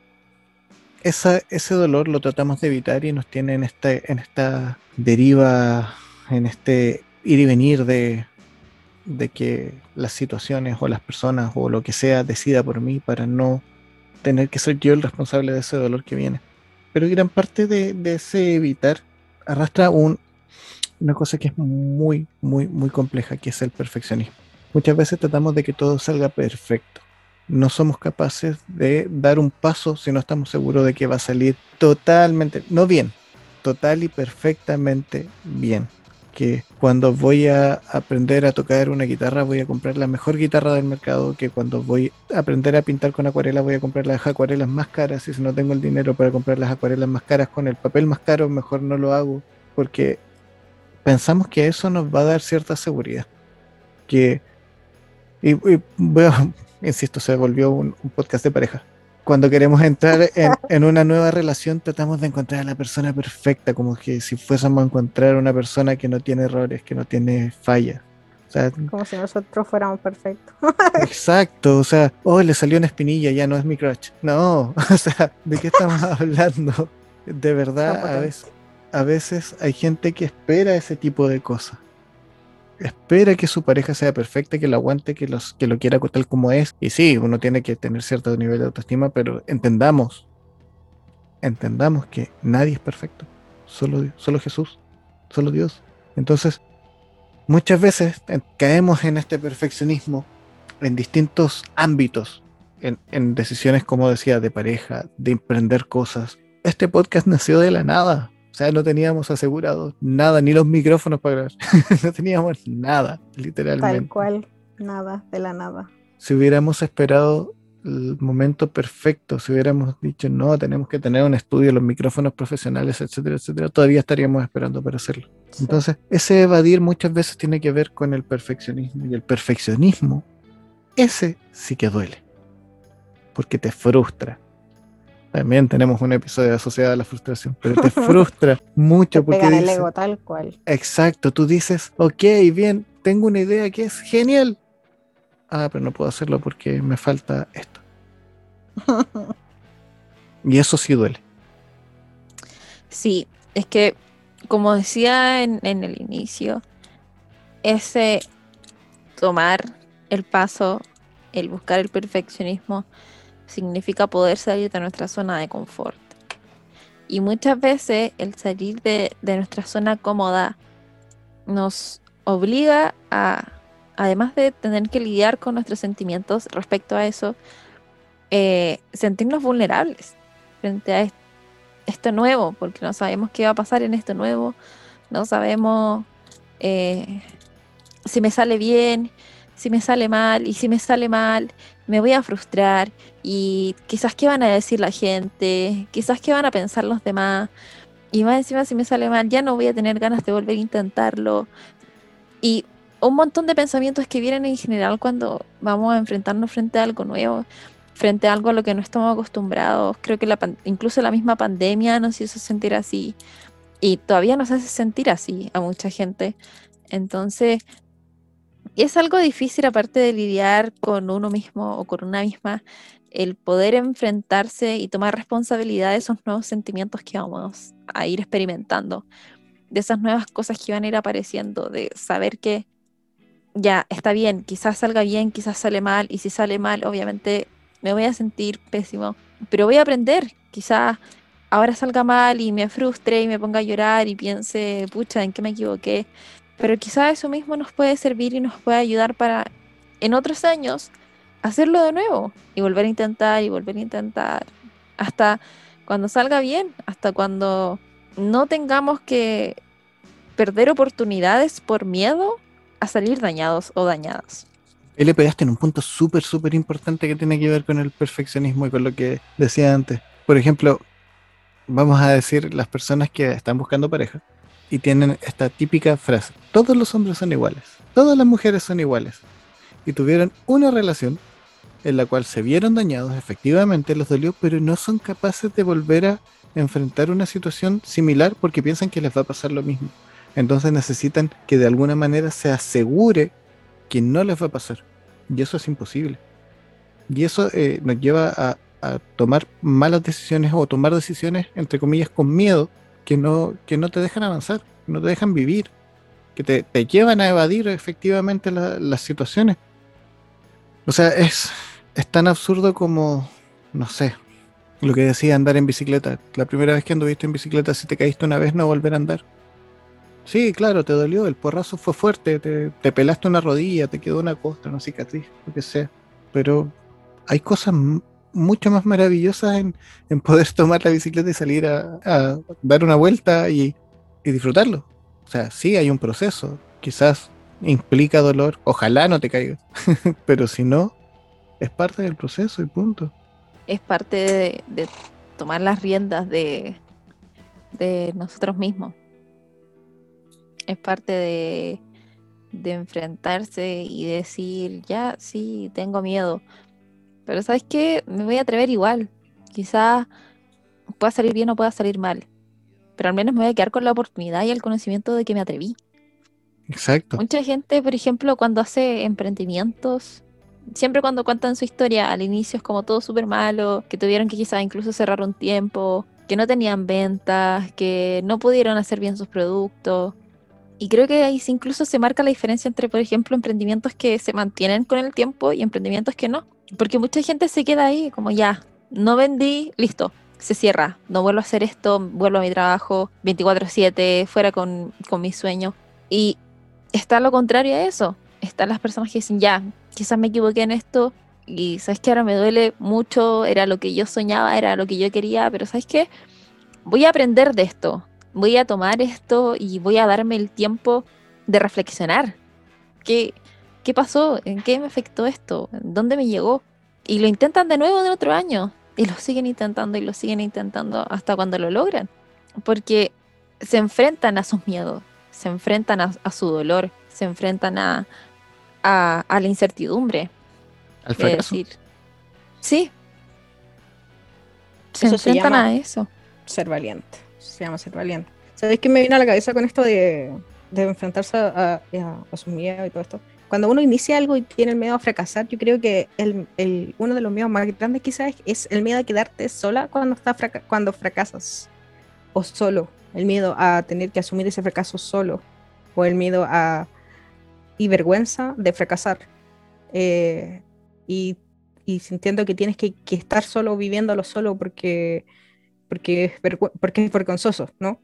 [SPEAKER 3] Esa, ese dolor lo tratamos de evitar y nos tiene en, este, en esta deriva, en este ir y venir de, de que las situaciones o las personas o lo que sea decida por mí para no tener que ser yo el responsable de ese dolor que viene. Pero gran parte de, de ese evitar arrastra un, una cosa que es muy, muy, muy compleja, que es el perfeccionismo. Muchas veces tratamos de que todo salga perfecto. No somos capaces de dar un paso si no estamos seguros de que va a salir totalmente, no bien, total y perfectamente bien. Que cuando voy a aprender a tocar una guitarra voy a comprar la mejor guitarra del mercado, que cuando voy a aprender a pintar con acuarela voy a comprar las acuarelas más caras, y si no tengo el dinero para comprar las acuarelas más caras con el papel más caro, mejor no lo hago, porque pensamos que eso nos va a dar cierta seguridad. Que, y, y voy a- insisto, se volvió un, un podcast de pareja. Cuando queremos entrar en, en una nueva relación, tratamos de encontrar a la persona perfecta, como que si fuésemos a encontrar una persona que no tiene errores, que no tiene fallas. O sea,
[SPEAKER 1] Como si nosotros fuéramos perfectos.
[SPEAKER 3] exacto, o sea, oh, le salió una espinilla, ya no es mi crush. No, o sea, ¿de qué estamos hablando? De verdad, a
[SPEAKER 1] Potente.
[SPEAKER 3] veces, a veces hay gente que espera ese tipo de cosas. Espera que su pareja sea perfecta, que lo aguante, que, los, que lo quiera tal como es. Y sí, uno tiene que tener cierto nivel de autoestima, pero entendamos, entendamos que nadie es perfecto. Solo, solo Jesús, solo Dios. Entonces, muchas veces eh, caemos en este perfeccionismo en distintos ámbitos, en, en decisiones, como decía, de pareja, de emprender cosas. Este podcast nació de la nada. O sea, no teníamos asegurado nada, ni los micrófonos para grabar. No teníamos nada,
[SPEAKER 1] Tal
[SPEAKER 3] literalmente.
[SPEAKER 1] cual, nada, de la nada.
[SPEAKER 3] Si hubiéramos esperado el momento perfecto, si hubiéramos dicho, no, tenemos que tener un estudio, los micrófonos profesionales, etcétera, etcétera, todavía estaríamos esperando para hacerlo.
[SPEAKER 2] Sí.
[SPEAKER 3] Entonces, ese evadir muchas veces tiene que ver con el perfeccionismo, y el perfeccionismo, ese sí que duele, porque te frustra. También tenemos un episodio asociado a la frustración, pero te frustra
[SPEAKER 2] Te
[SPEAKER 3] mucho porque
[SPEAKER 2] pegan el
[SPEAKER 3] dices,
[SPEAKER 2] ego tal cual.
[SPEAKER 3] exacto, tú dices, ok, bien, tengo una idea que es genial. Ah, pero no puedo hacerlo porque me falta esto. Y eso sí duele.
[SPEAKER 2] Sí, es que, como decía en, en el inicio, ese tomar el paso, el buscar el perfeccionismo, significa poder salir de nuestra zona de confort. Y muchas veces el salir de, de nuestra zona cómoda nos obliga a, además de tener que lidiar con nuestros sentimientos respecto a eso, eh, sentirnos vulnerables frente a est- esto nuevo, porque no sabemos qué va a pasar en esto nuevo, no sabemos eh, si me sale bien, si me sale mal, y si me sale mal, me voy a frustrar, y quizás qué van a decir la gente, quizás qué van a pensar los demás, y más encima si me sale mal, ya no voy a tener ganas de volver a intentarlo, y un montón de pensamientos que vienen en general cuando vamos a enfrentarnos frente a algo nuevo, frente a algo a lo que no estamos acostumbrados. Creo que la pan- incluso la misma pandemia nos hizo sentir así, y todavía nos hace sentir así a mucha gente. Entonces, es algo difícil, aparte de lidiar con uno mismo o con una misma, el poder enfrentarse y tomar responsabilidad de esos nuevos sentimientos que vamos a ir experimentando, de esas nuevas cosas que van a ir apareciendo, de saber que ya está bien, quizás salga bien, quizás sale mal, y si sale mal, obviamente me voy a sentir pésimo, pero voy a aprender. Quizás ahora salga mal y me frustre y me ponga a llorar y piense, pucha, ¿en qué me equivoqué? Pero quizás eso mismo nos puede servir y nos puede ayudar para en otros años hacerlo de nuevo y volver a intentar y volver a intentar hasta cuando salga bien, hasta cuando no tengamos que perder oportunidades por miedo a salir dañados o dañadas.
[SPEAKER 3] Ahí le pegaste en un punto súper, súper importante que tiene que ver con el perfeccionismo y con lo que decía antes. Por ejemplo, vamos a decir las personas que están buscando pareja y tienen esta típica frase: todos los hombres son iguales, todas las mujeres son iguales. Y tuvieron una relación en la cual se vieron dañados, efectivamente les dolió, pero no son capaces de volver a enfrentar una situación similar porque piensan que les va a pasar lo mismo. Entonces necesitan que de alguna manera se asegure que no les va a pasar. Y eso es imposible. Y eso eh, nos lleva a, a tomar malas decisiones o tomar decisiones, entre comillas, con miedo, que no, que no te dejan avanzar, que no te dejan vivir, que te, te llevan a evadir efectivamente la- las situaciones. O sea, es, es tan absurdo como, no sé, lo que decía andar en bicicleta. La primera vez que anduviste en bicicleta, si te caíste una vez, no volver a andar. Sí, claro, te dolió, el porrazo fue fuerte, te, te pelaste una rodilla, te quedó una costra, una cicatriz, lo que sea. Pero hay cosas m- mucho más maravillosas en, en poder tomar la bicicleta y salir a, a dar una vuelta y, y disfrutarlo. O sea, sí hay un proceso, quizás implica dolor, ojalá no te caigas, pero si no, es parte del proceso y punto.
[SPEAKER 2] Es parte de, de tomar las riendas de, de nosotros mismos. Es parte de, de enfrentarse y decir, ya, sí, tengo miedo. Pero ¿sabes qué? Me voy a atrever igual. Quizás pueda salir bien o pueda salir mal. Pero al menos me voy a quedar con la oportunidad y el conocimiento de que me atreví.
[SPEAKER 3] Exacto.
[SPEAKER 2] Mucha gente, por ejemplo, cuando hace emprendimientos, siempre cuando cuentan su historia, al inicio es como todo súper malo, que tuvieron que quizás incluso cerrar un tiempo, que no tenían ventas, que no pudieron hacer bien sus productos. Y creo que ahí sí incluso se marca la diferencia entre, por ejemplo, emprendimientos que se mantienen con el tiempo y emprendimientos que no. Porque mucha gente se queda ahí como ya, no vendí, listo, se cierra, no vuelvo a hacer esto, vuelvo a mi trabajo veinticuatro siete, fuera con, con mis sueños. Y está lo contrario a eso. Están las personas que dicen, ya, quizás me equivoqué en esto y sabes que ahora me duele mucho, era lo que yo soñaba, era lo que yo quería, pero sabes qué, voy a aprender de esto, voy a tomar esto y voy a darme el tiempo de reflexionar. ¿Qué, qué pasó? ¿En qué me afectó esto? ¿En dónde me llegó? y lo intentan de nuevo en otro año, y lo siguen intentando y lo siguen intentando hasta cuando lo logran, porque se enfrentan a sus miedos, se enfrentan a, a su dolor, se enfrentan a, a, a la incertidumbre
[SPEAKER 3] Al
[SPEAKER 2] de
[SPEAKER 3] fracaso.
[SPEAKER 2] decir, sí, se
[SPEAKER 1] Eso se
[SPEAKER 2] enfrentan
[SPEAKER 1] llama-
[SPEAKER 2] a eso.
[SPEAKER 1] Ser valiente. Se llama ser valiente. ¿Sabéis qué me vino a la cabeza con esto de, de enfrentarse a, a, a sus miedos y todo esto? Cuando uno inicia algo y tiene el miedo a fracasar, yo creo que el, el, uno de los miedos más grandes quizás es, es el miedo a quedarte sola cuando, está fraca- cuando fracasas. O solo. El miedo a tener que asumir ese fracaso solo. O el miedo a... y vergüenza de fracasar. Eh, y, y sintiendo que tienes que, que estar solo, viviéndolo solo porque, porque, es, vergü- porque es vergonzoso, ¿no?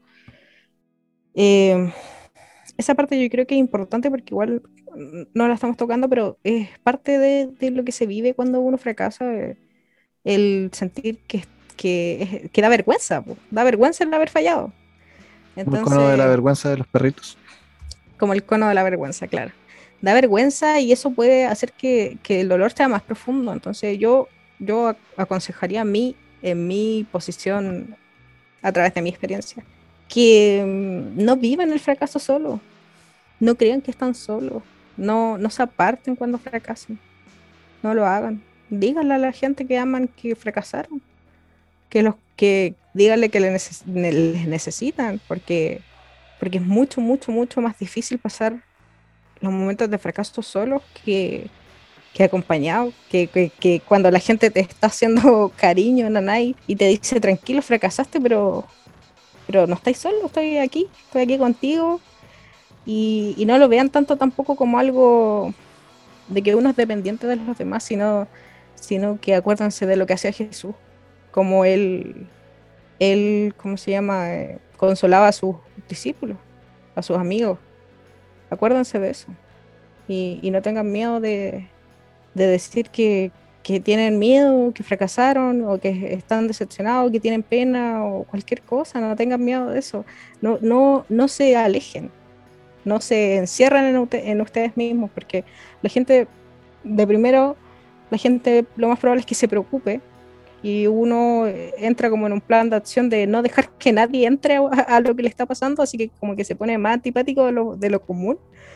[SPEAKER 1] Eh, esa parte yo creo que es importante porque igual mm, no la estamos tocando, pero es parte de, de lo que se vive cuando uno fracasa, eh, el sentir que, que, es- que da vergüenza, po. Da vergüenza el haber fallado.
[SPEAKER 3] Como el cono de la
[SPEAKER 1] Entonces,
[SPEAKER 3] vergüenza de los perritos.
[SPEAKER 1] como el cono de la vergüenza, claro. Da vergüenza y eso puede hacer que, que el dolor sea más profundo. Entonces yo, yo ac- aconsejaría a mí, en mi posición, a través de mi experiencia, que mm, no vivan el fracaso solo, no crean que están solos, no, no se aparten cuando fracasen, no lo hagan. Díganle a la gente que aman que fracasaron, que los que díganle que le neces- ne- les necesitan, porque, porque es mucho, mucho, mucho más difícil pasar los momentos de fracaso solos que, que acompañado, que, que, que cuando la gente te está haciendo cariño, nanay, y te dice tranquilo, fracasaste, pero, pero no estáis solos, estoy aquí, estoy aquí contigo, y, y no lo vean tanto tampoco como algo de que uno es dependiente de los demás, sino, sino que acuérdense de lo que hacía Jesús, como él, él, ¿cómo se llama? Eh, consolaba a sus discípulos, a sus amigos. Acuérdense de eso. Y, y no tengan miedo de, de decir que, que tienen miedo, que fracasaron, o que están decepcionados, que tienen pena, o cualquier cosa. No tengan miedo de eso. No, no, no se alejen, no se encierran en, ute- en ustedes mismos, porque la gente, de primero, la gente lo más probable es que se preocupe y uno eh, entra como en un plan de acción de no dejar que nadie entre a, a lo que le está pasando, así que como que se pone más antipático de lo, de lo común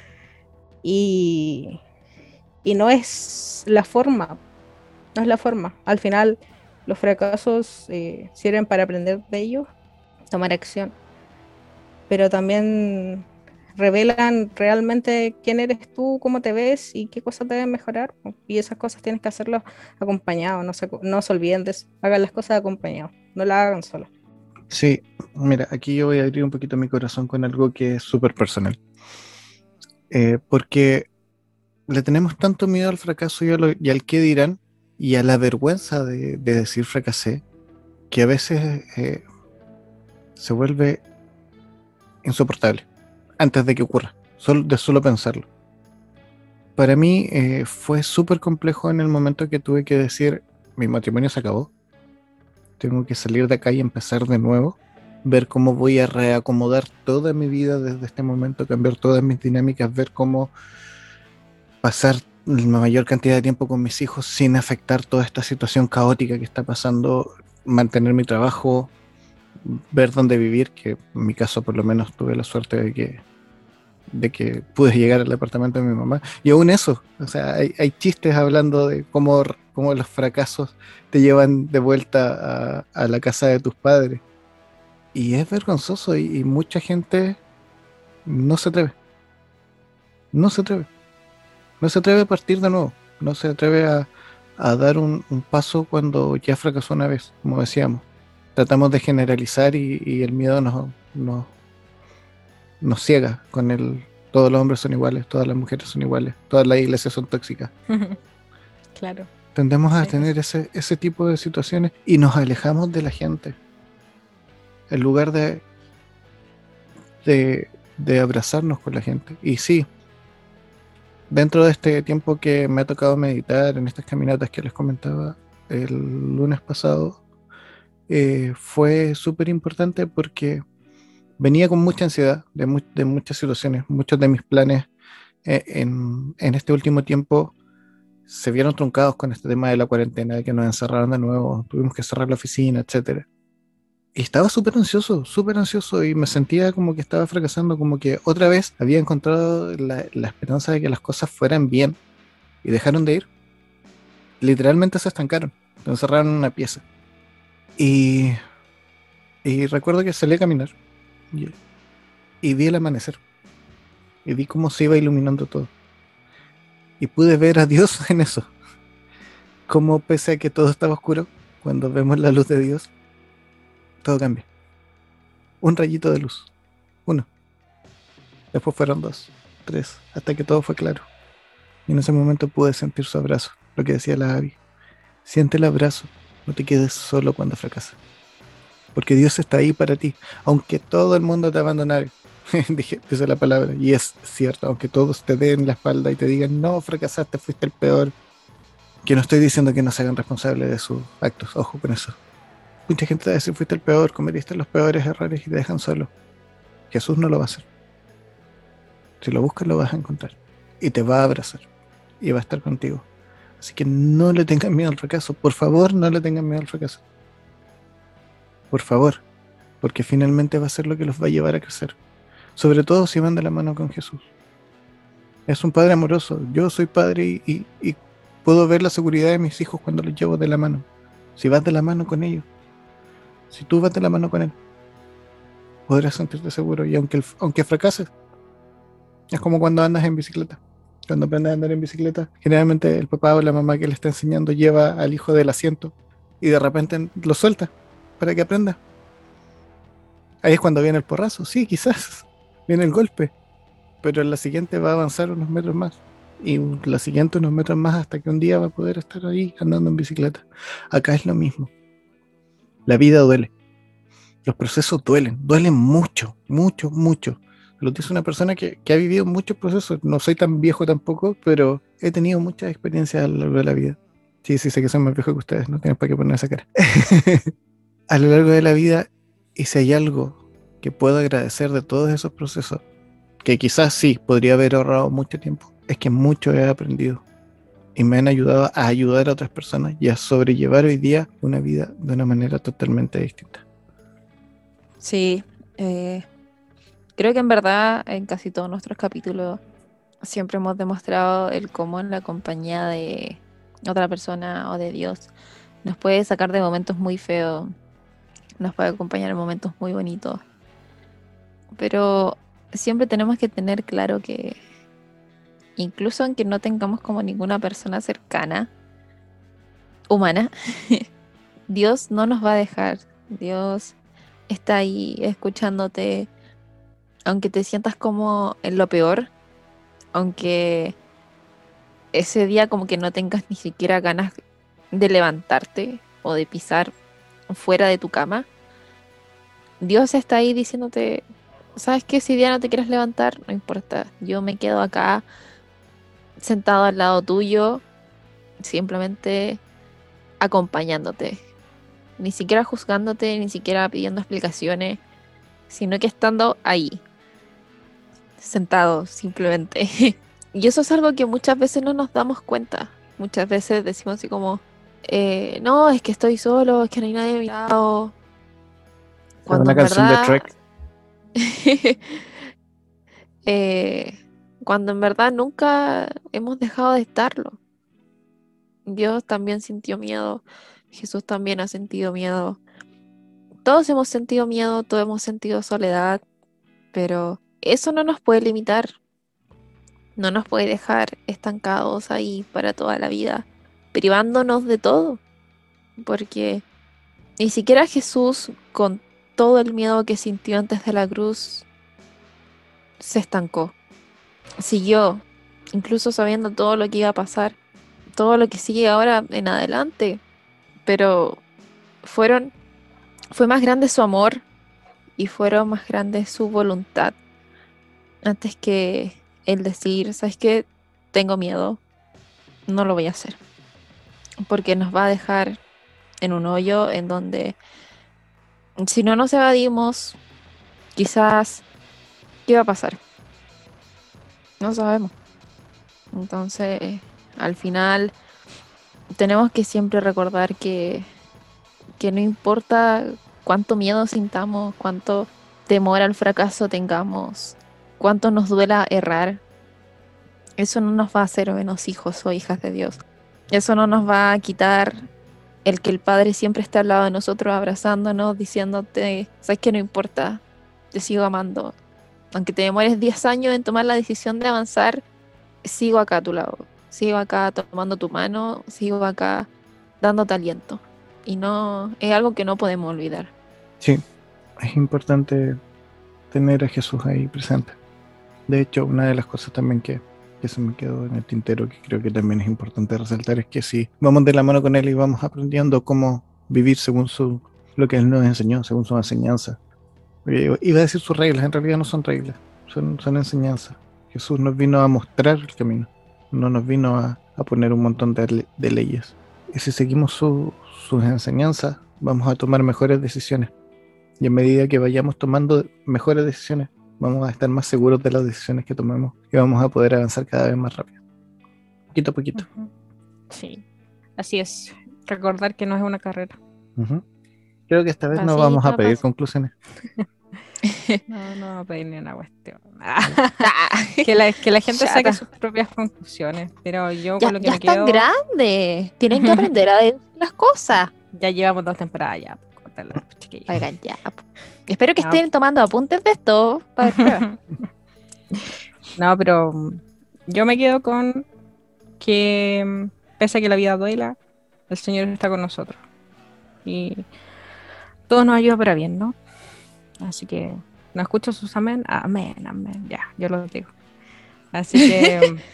[SPEAKER 1] y, y no es la forma, no es la forma. Al final los fracasos eh, sirven para aprender de ellos, tomar acción, pero también revelan realmente quién eres tú, cómo te ves y qué cosas deben mejorar. Y esas cosas tienes que hacerlo acompañado, no se, no se olviden de eso. Hagan las cosas acompañados, no las hagan solos.
[SPEAKER 3] Sí, mira, aquí yo voy a abrir un poquito mi corazón con algo que es súper personal. Eh, porque le tenemos tanto miedo al fracaso y, a lo- y al qué dirán y a la vergüenza de, de decir fracasé, que a veces eh, se vuelve insoportable antes de que ocurra, solo, de solo pensarlo. Para mí eh, fue súper complejo en el momento que tuve que decir, mi matrimonio se acabó, tengo que salir de acá y empezar de nuevo, ver cómo voy a reacomodar toda mi vida desde este momento, cambiar todas mis dinámicas, ver cómo pasar la mayor cantidad de tiempo con mis hijos sin afectar toda esta situación caótica que está pasando, mantener mi trabajo, ver dónde vivir, que en mi caso por lo menos tuve la suerte de que de que pude llegar al departamento de mi mamá. Y aún eso, o sea, hay, hay chistes hablando de cómo, cómo los fracasos te llevan de vuelta a, a la casa de tus padres. Y es vergonzoso y, y mucha gente no se atreve. No se atreve. No se atreve a partir de nuevo. No se atreve a, a dar un, un paso cuando ya fracasó una vez, como decíamos. Tratamos de generalizar y, y el miedo nos, nos, nos ciega con el todos los hombres son iguales, todas las mujeres son iguales, todas las iglesias son tóxicas.
[SPEAKER 1] Claro.
[SPEAKER 3] Tendemos a
[SPEAKER 1] Sí,
[SPEAKER 3] tener ese, ese tipo de situaciones y nos alejamos de la gente. En lugar de, de, de abrazarnos con la gente. Y sí, dentro de este tiempo que me ha tocado meditar en estas caminatas que les comentaba el lunes pasado, eh, fue súper importante porque venía con mucha ansiedad de, mu- de muchas situaciones. Muchos de mis planes eh, en, en este último tiempo se vieron truncados con este tema de la cuarentena, de que nos encerraron de nuevo, tuvimos que cerrar la oficina, etcétera. Y estaba súper ansioso, súper ansioso, y me sentía como que estaba fracasando, como que otra vez había encontrado la, la esperanza de que las cosas fueran bien, y dejaron de ir. Literalmente se estancaron, se encerraron en una pieza. Y, y recuerdo que salí a caminar, y, y vi el amanecer, y vi cómo se iba iluminando todo. Y pude ver a Dios en eso, como pese a que todo estaba oscuro, cuando vemos la luz de Dios, todo cambia. Un rayito de luz, uno. Después fueron dos, tres, hasta que todo fue claro. Y en ese momento pude sentir su abrazo, lo que decía la Abby. Siente el abrazo, no te quedes solo cuando fracasas. Porque Dios está ahí para ti, aunque todo el mundo te abandonara. Dije, dice la palabra, y es cierto, aunque todos te den la espalda y te digan, no, fracasaste, fuiste el peor. Que no estoy diciendo que no se hagan responsables de sus actos, ojo con eso. Mucha gente te va a decir, fuiste el peor, cometiste los peores errores y te dejan solo. Jesús no lo va a hacer. Si lo buscas, lo vas a encontrar. Y te va a abrazar. Y va a estar contigo. Así que no le tengan miedo al fracaso. Por favor, no le tengan miedo al fracaso. Por favor. Porque finalmente va a ser lo que los va a llevar a crecer. Sobre todo si van de la mano con Jesús. Es un padre amoroso. Yo soy padre y, y, y puedo ver la seguridad de mis hijos cuando los llevo de la mano. Si vas de la mano con ellos. Si tú vas de la mano con él. Podrás sentirte seguro. Y aunque, aunque fracases. Es como cuando andas en bicicleta. Cuando aprendes a andar en bicicleta, generalmente el papá o la mamá que le está enseñando lleva al hijo del asiento y de repente lo suelta para que aprenda. Ahí es cuando viene el porrazo, sí, quizás viene el golpe, pero en la siguiente va a avanzar unos metros más y la siguiente unos metros más hasta que un día va a poder estar ahí andando en bicicleta. Acá es lo mismo. La vida duele. Los procesos duelen, duelen mucho, mucho, mucho. Lo dice una persona que, que ha vivido muchos procesos. No soy tan viejo tampoco, pero he tenido muchas experiencias a lo largo de la vida. Sí, sí, sé que soy más viejo que ustedes, no tienen para qué poner esa cara. A lo largo de la vida, y si hay algo que puedo agradecer de todos esos procesos, que quizás sí podría haber ahorrado mucho tiempo, es que mucho he aprendido. Y me han ayudado a ayudar a otras personas y a sobrellevar hoy día una vida de una manera totalmente distinta.
[SPEAKER 2] Sí, eh, creo que en verdad en casi todos nuestros capítulos siempre hemos demostrado el cómo en la compañía de otra persona o de Dios nos puede sacar de momentos muy feos, nos puede acompañar en momentos muy bonitos, pero siempre tenemos que tener claro que incluso aunque no tengamos como ninguna persona cercana, humana, Dios no nos va a dejar. Dios está ahí escuchándote, aunque te sientas como en lo peor, aunque ese día como que no tengas ni siquiera ganas de levantarte o de pisar fuera de tu cama. Dios está ahí diciéndote, ¿sabes qué? Si día no te quieres levantar, no importa. Yo me quedo acá sentado al lado tuyo, simplemente acompañándote. Ni siquiera juzgándote, ni siquiera pidiendo explicaciones, sino que estando ahí, sentado simplemente. Y eso es algo que muchas veces no nos damos cuenta. Muchas veces decimos así como, eh, no, es que estoy solo, es que no hay nadie a mi lado. Cuando
[SPEAKER 3] Una
[SPEAKER 2] en
[SPEAKER 3] canción
[SPEAKER 2] verdad...
[SPEAKER 3] de Shrek.
[SPEAKER 2] eh, cuando en verdad nunca hemos dejado de estarlo. Dios también sintió miedo, Jesús también ha sentido miedo. Todos hemos sentido miedo, todos hemos sentido soledad, pero eso no nos puede limitar, no nos puede dejar estancados ahí para toda la vida, privándonos de todo, porque ni siquiera Jesús, con todo el miedo que sintió antes de la cruz, se estancó. Siguió, incluso sabiendo todo lo que iba a pasar, todo lo que sigue ahora en adelante, pero fueron, fue más grande su amor y fueron más grandes su voluntad antes que el decir, ¿sabes qué? Tengo miedo, no lo voy a hacer, porque nos va a dejar en un hoyo en donde si no nos evadimos, quizás, ¿qué va a pasar? No sabemos. Entonces, Al final tenemos que siempre recordar que, que no importa cuánto miedo sintamos, cuánto temor al fracaso tengamos, cuánto nos duela errar, eso no nos va a hacer menos hijos o hijas de Dios. Eso no nos va a quitar el que el Padre siempre esté al lado de nosotros, abrazándonos, diciéndote, sabes que no importa, te sigo amando. Aunque te demores diez años en tomar la decisión de avanzar, sigo acá a tu lado. Sigo acá tomando tu mano, sigo acá dándote aliento. Y no, es algo que no podemos olvidar.
[SPEAKER 3] Sí, es importante tener a Jesús ahí presente. De hecho, una de las cosas también que, que se me quedó en el tintero, que creo que también es importante resaltar, es que si vamos de la mano con Él y vamos aprendiendo cómo vivir según su, lo que Él nos enseñó, según su enseñanza. Iba iba a decir sus reglas, en realidad no son reglas, son, son enseñanzas. Jesús nos vino a mostrar el camino, no nos vino a, a poner un montón de, le- de leyes. Y si seguimos su- sus enseñanzas, vamos a tomar mejores decisiones. Y a medida que vayamos tomando mejores decisiones, vamos a estar más seguros de las decisiones que tomemos y vamos a poder avanzar cada vez más rápido. Poquito a poquito.
[SPEAKER 1] Ujú. Sí, así es. Recordar que no es una carrera.
[SPEAKER 3] Ujú. Creo que esta vez no
[SPEAKER 2] Pasito
[SPEAKER 3] vamos a
[SPEAKER 2] a
[SPEAKER 3] pedir
[SPEAKER 2] pasito.
[SPEAKER 3] conclusiones.
[SPEAKER 1] No, no va a pedir ni una cuestión. que, la, que la gente saque
[SPEAKER 2] Chata.
[SPEAKER 1] sus propias conclusiones. Pero yo
[SPEAKER 2] Ya,
[SPEAKER 1] con lo que
[SPEAKER 2] ya
[SPEAKER 1] me
[SPEAKER 2] están
[SPEAKER 1] quedo,
[SPEAKER 2] grandes. Tienen que aprender a decir las cosas.
[SPEAKER 1] ya llevamos dos temporadas ya. Córtala, chiquillos.
[SPEAKER 2] Oigan, ya. po. Espero que
[SPEAKER 1] No.
[SPEAKER 2] estén tomando apuntes de esto. Para ver pruebas.
[SPEAKER 1] No, pero mm, yo me quedo con que mm, pese a que la vida duela, el Señor está con nosotros. Y todo nos ayuda para bien, ¿no? Así que no escucho sus amén. Amén, amén. Ya, yo lo digo. Así que mm,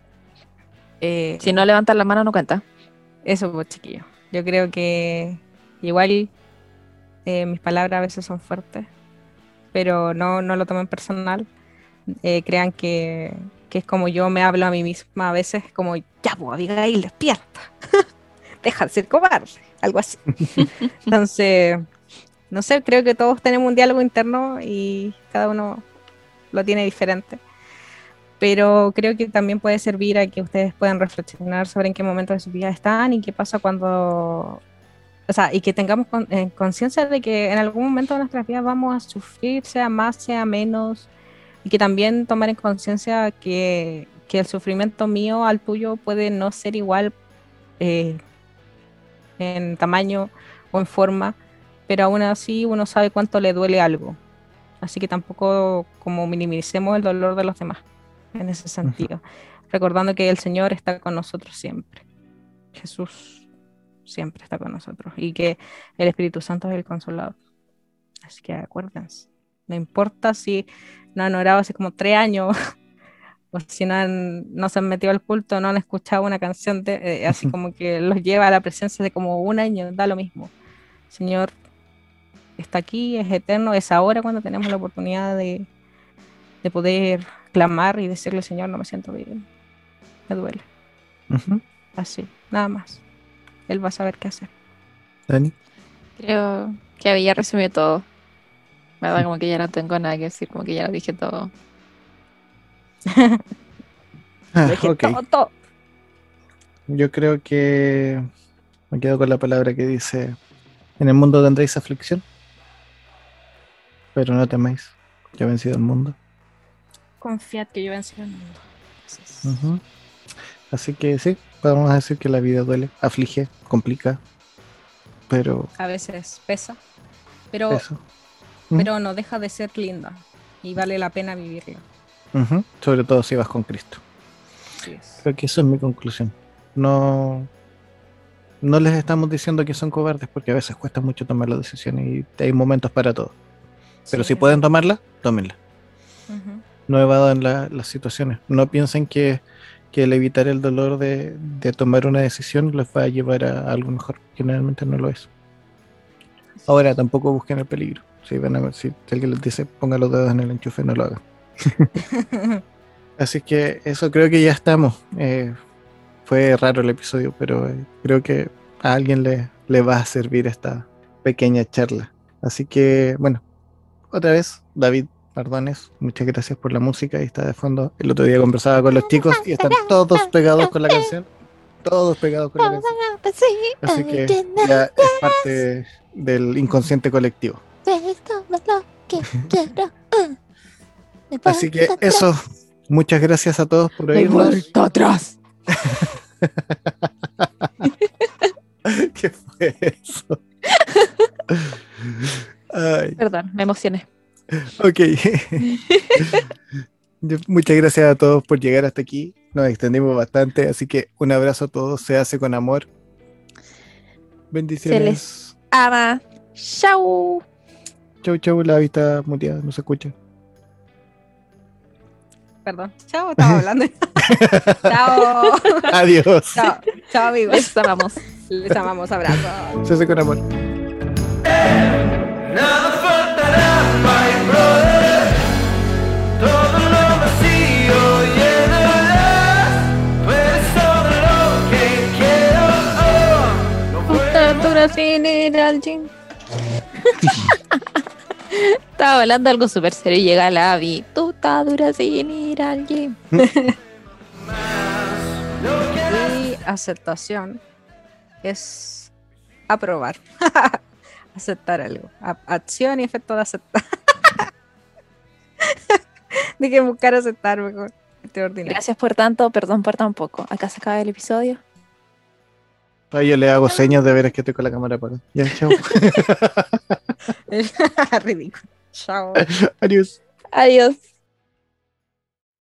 [SPEAKER 1] eh,
[SPEAKER 2] Si no levantan la mano, no cuenta.
[SPEAKER 1] eso, pues, chiquillos. Yo creo que igual eh, mis palabras a veces son fuertes, pero no, no lo tomen personal. Eh, crean que, que es como yo me hablo a mí misma a veces, como, ya, pues, Abigail, despierta. Deja de ser cobarde, algo así. Entonces, no sé, creo que todos tenemos un diálogo interno y cada uno lo tiene diferente. Pero creo que también puede servir a que ustedes puedan reflexionar sobre en qué momento de su vida están y qué pasa cuando, o sea, y que tengamos con- eh, conciencia de que en algún momento de nuestras vidas vamos a sufrir, sea más, sea menos, y que también tomar en conciencia que, que el sufrimiento mío al tuyo puede no ser igual eh, en tamaño o en forma, pero aún así uno sabe cuánto le duele algo. Así que tampoco como minimicemos el dolor de los demás en ese sentido, recordando que el Señor está con nosotros siempre. Jesús siempre está con nosotros y que el Espíritu Santo es el consolador. Así que acuérdense, no importa si no han orado hace como tres años o si no, han, no se han metido al culto, no han escuchado una canción de, eh, así como que los lleva a la presencia de como un año, da lo mismo. El Señor está aquí, es eterno, es ahora cuando tenemos la oportunidad de, de poder clamar y decirle, Señor, no me siento bien, me duele.
[SPEAKER 3] Ujú.
[SPEAKER 1] Así, nada más. Él va a saber qué hacer.
[SPEAKER 3] Dani.
[SPEAKER 2] Creo que había resumido todo. ¿Verdad? Como que ya no tengo nada que decir, como que ya lo dije todo.
[SPEAKER 3] Ah,
[SPEAKER 1] Lo dije
[SPEAKER 3] ok.
[SPEAKER 1] todo, todo.
[SPEAKER 3] Yo creo que me quedo con la palabra que dice: en el mundo tendréis aflicción, pero no temáis, yo he vencido el mundo.
[SPEAKER 1] Confiad que yo vencí el mundo. Gracias.
[SPEAKER 3] Ujú. Así que sí, podemos decir que la vida duele, aflige, complica, pero
[SPEAKER 1] A veces pesa, pero,
[SPEAKER 3] eso. ¿Mm?
[SPEAKER 1] pero no deja de ser linda y vale la pena vivirla.
[SPEAKER 3] Ujú. Sobre todo si vas con Cristo.
[SPEAKER 1] Así es.
[SPEAKER 3] Creo que eso es mi conclusión. No, no les estamos diciendo que son cobardes porque a veces cuesta mucho tomar las decisiones y hay momentos para todo. Pero
[SPEAKER 1] Sí,
[SPEAKER 3] si
[SPEAKER 1] es
[SPEAKER 3] pueden
[SPEAKER 1] verdad.
[SPEAKER 3] tomarla, tómenla.
[SPEAKER 1] Ujú.
[SPEAKER 3] No evadan la- las situaciones. No piensen que, que el evitar el dolor de, de tomar una decisión les va a llevar a algo mejor. Generalmente no lo es. Ahora tampoco busquen el peligro. Si, van a, si alguien les dice ponga los dedos en el enchufe, no lo hagan. Así que eso, creo que ya estamos. Eh, fue raro el episodio, pero eh, creo que a alguien le, le va a servir esta pequeña charla. Así que, bueno, otra vez, David Pardones, muchas gracias por la música. Ahí está de fondo. El otro día conversaba con los chicos y están todos pegados con la canción. Todos pegados con la canción. Así que ya es parte del inconsciente colectivo. Así que eso, muchas gracias a todos por
[SPEAKER 2] De
[SPEAKER 3] oírnos.
[SPEAKER 2] vuelta atrás.
[SPEAKER 3] ¿Qué fue eso? Ay,
[SPEAKER 2] Perdón, me emocioné.
[SPEAKER 3] ok. Muchas gracias a todos por llegar hasta aquí. Nos extendimos bastante, así que un abrazo a todos. Se hace con amor. Bendiciones.
[SPEAKER 2] Se les ama. Chau.
[SPEAKER 3] Chau, chau. La vista muteada, no se escucha.
[SPEAKER 1] Perdón. Chao, estaba hablando. Chao.
[SPEAKER 3] Adiós.
[SPEAKER 1] Chao. Chao, amigos.
[SPEAKER 2] Les amamos.
[SPEAKER 1] Les amamos. Abrazos.
[SPEAKER 3] Se hace con amor.
[SPEAKER 4] Nada faltará, my brother. Todo lo vacío llenarás. Tú eres todo lo que quiero. Oh, no puedo.
[SPEAKER 2] Dura sin ir al gym. Estaba hablando algo súper serio y llega la vi. Tú estás dura sin ir al gym.
[SPEAKER 1] Y aceptación es aprobar. Aceptar algo. A- acción y efecto de aceptar. De que buscar aceptar mejor. Extraordinario.
[SPEAKER 2] Gracias por tanto, perdón por tan poco. Acá se acaba el episodio.
[SPEAKER 3] Ahí yo le hago señas de veras que estoy con la cámara apagada. Ya, chao.
[SPEAKER 1] Ridículo. Chao.
[SPEAKER 3] Adiós.
[SPEAKER 2] Adiós.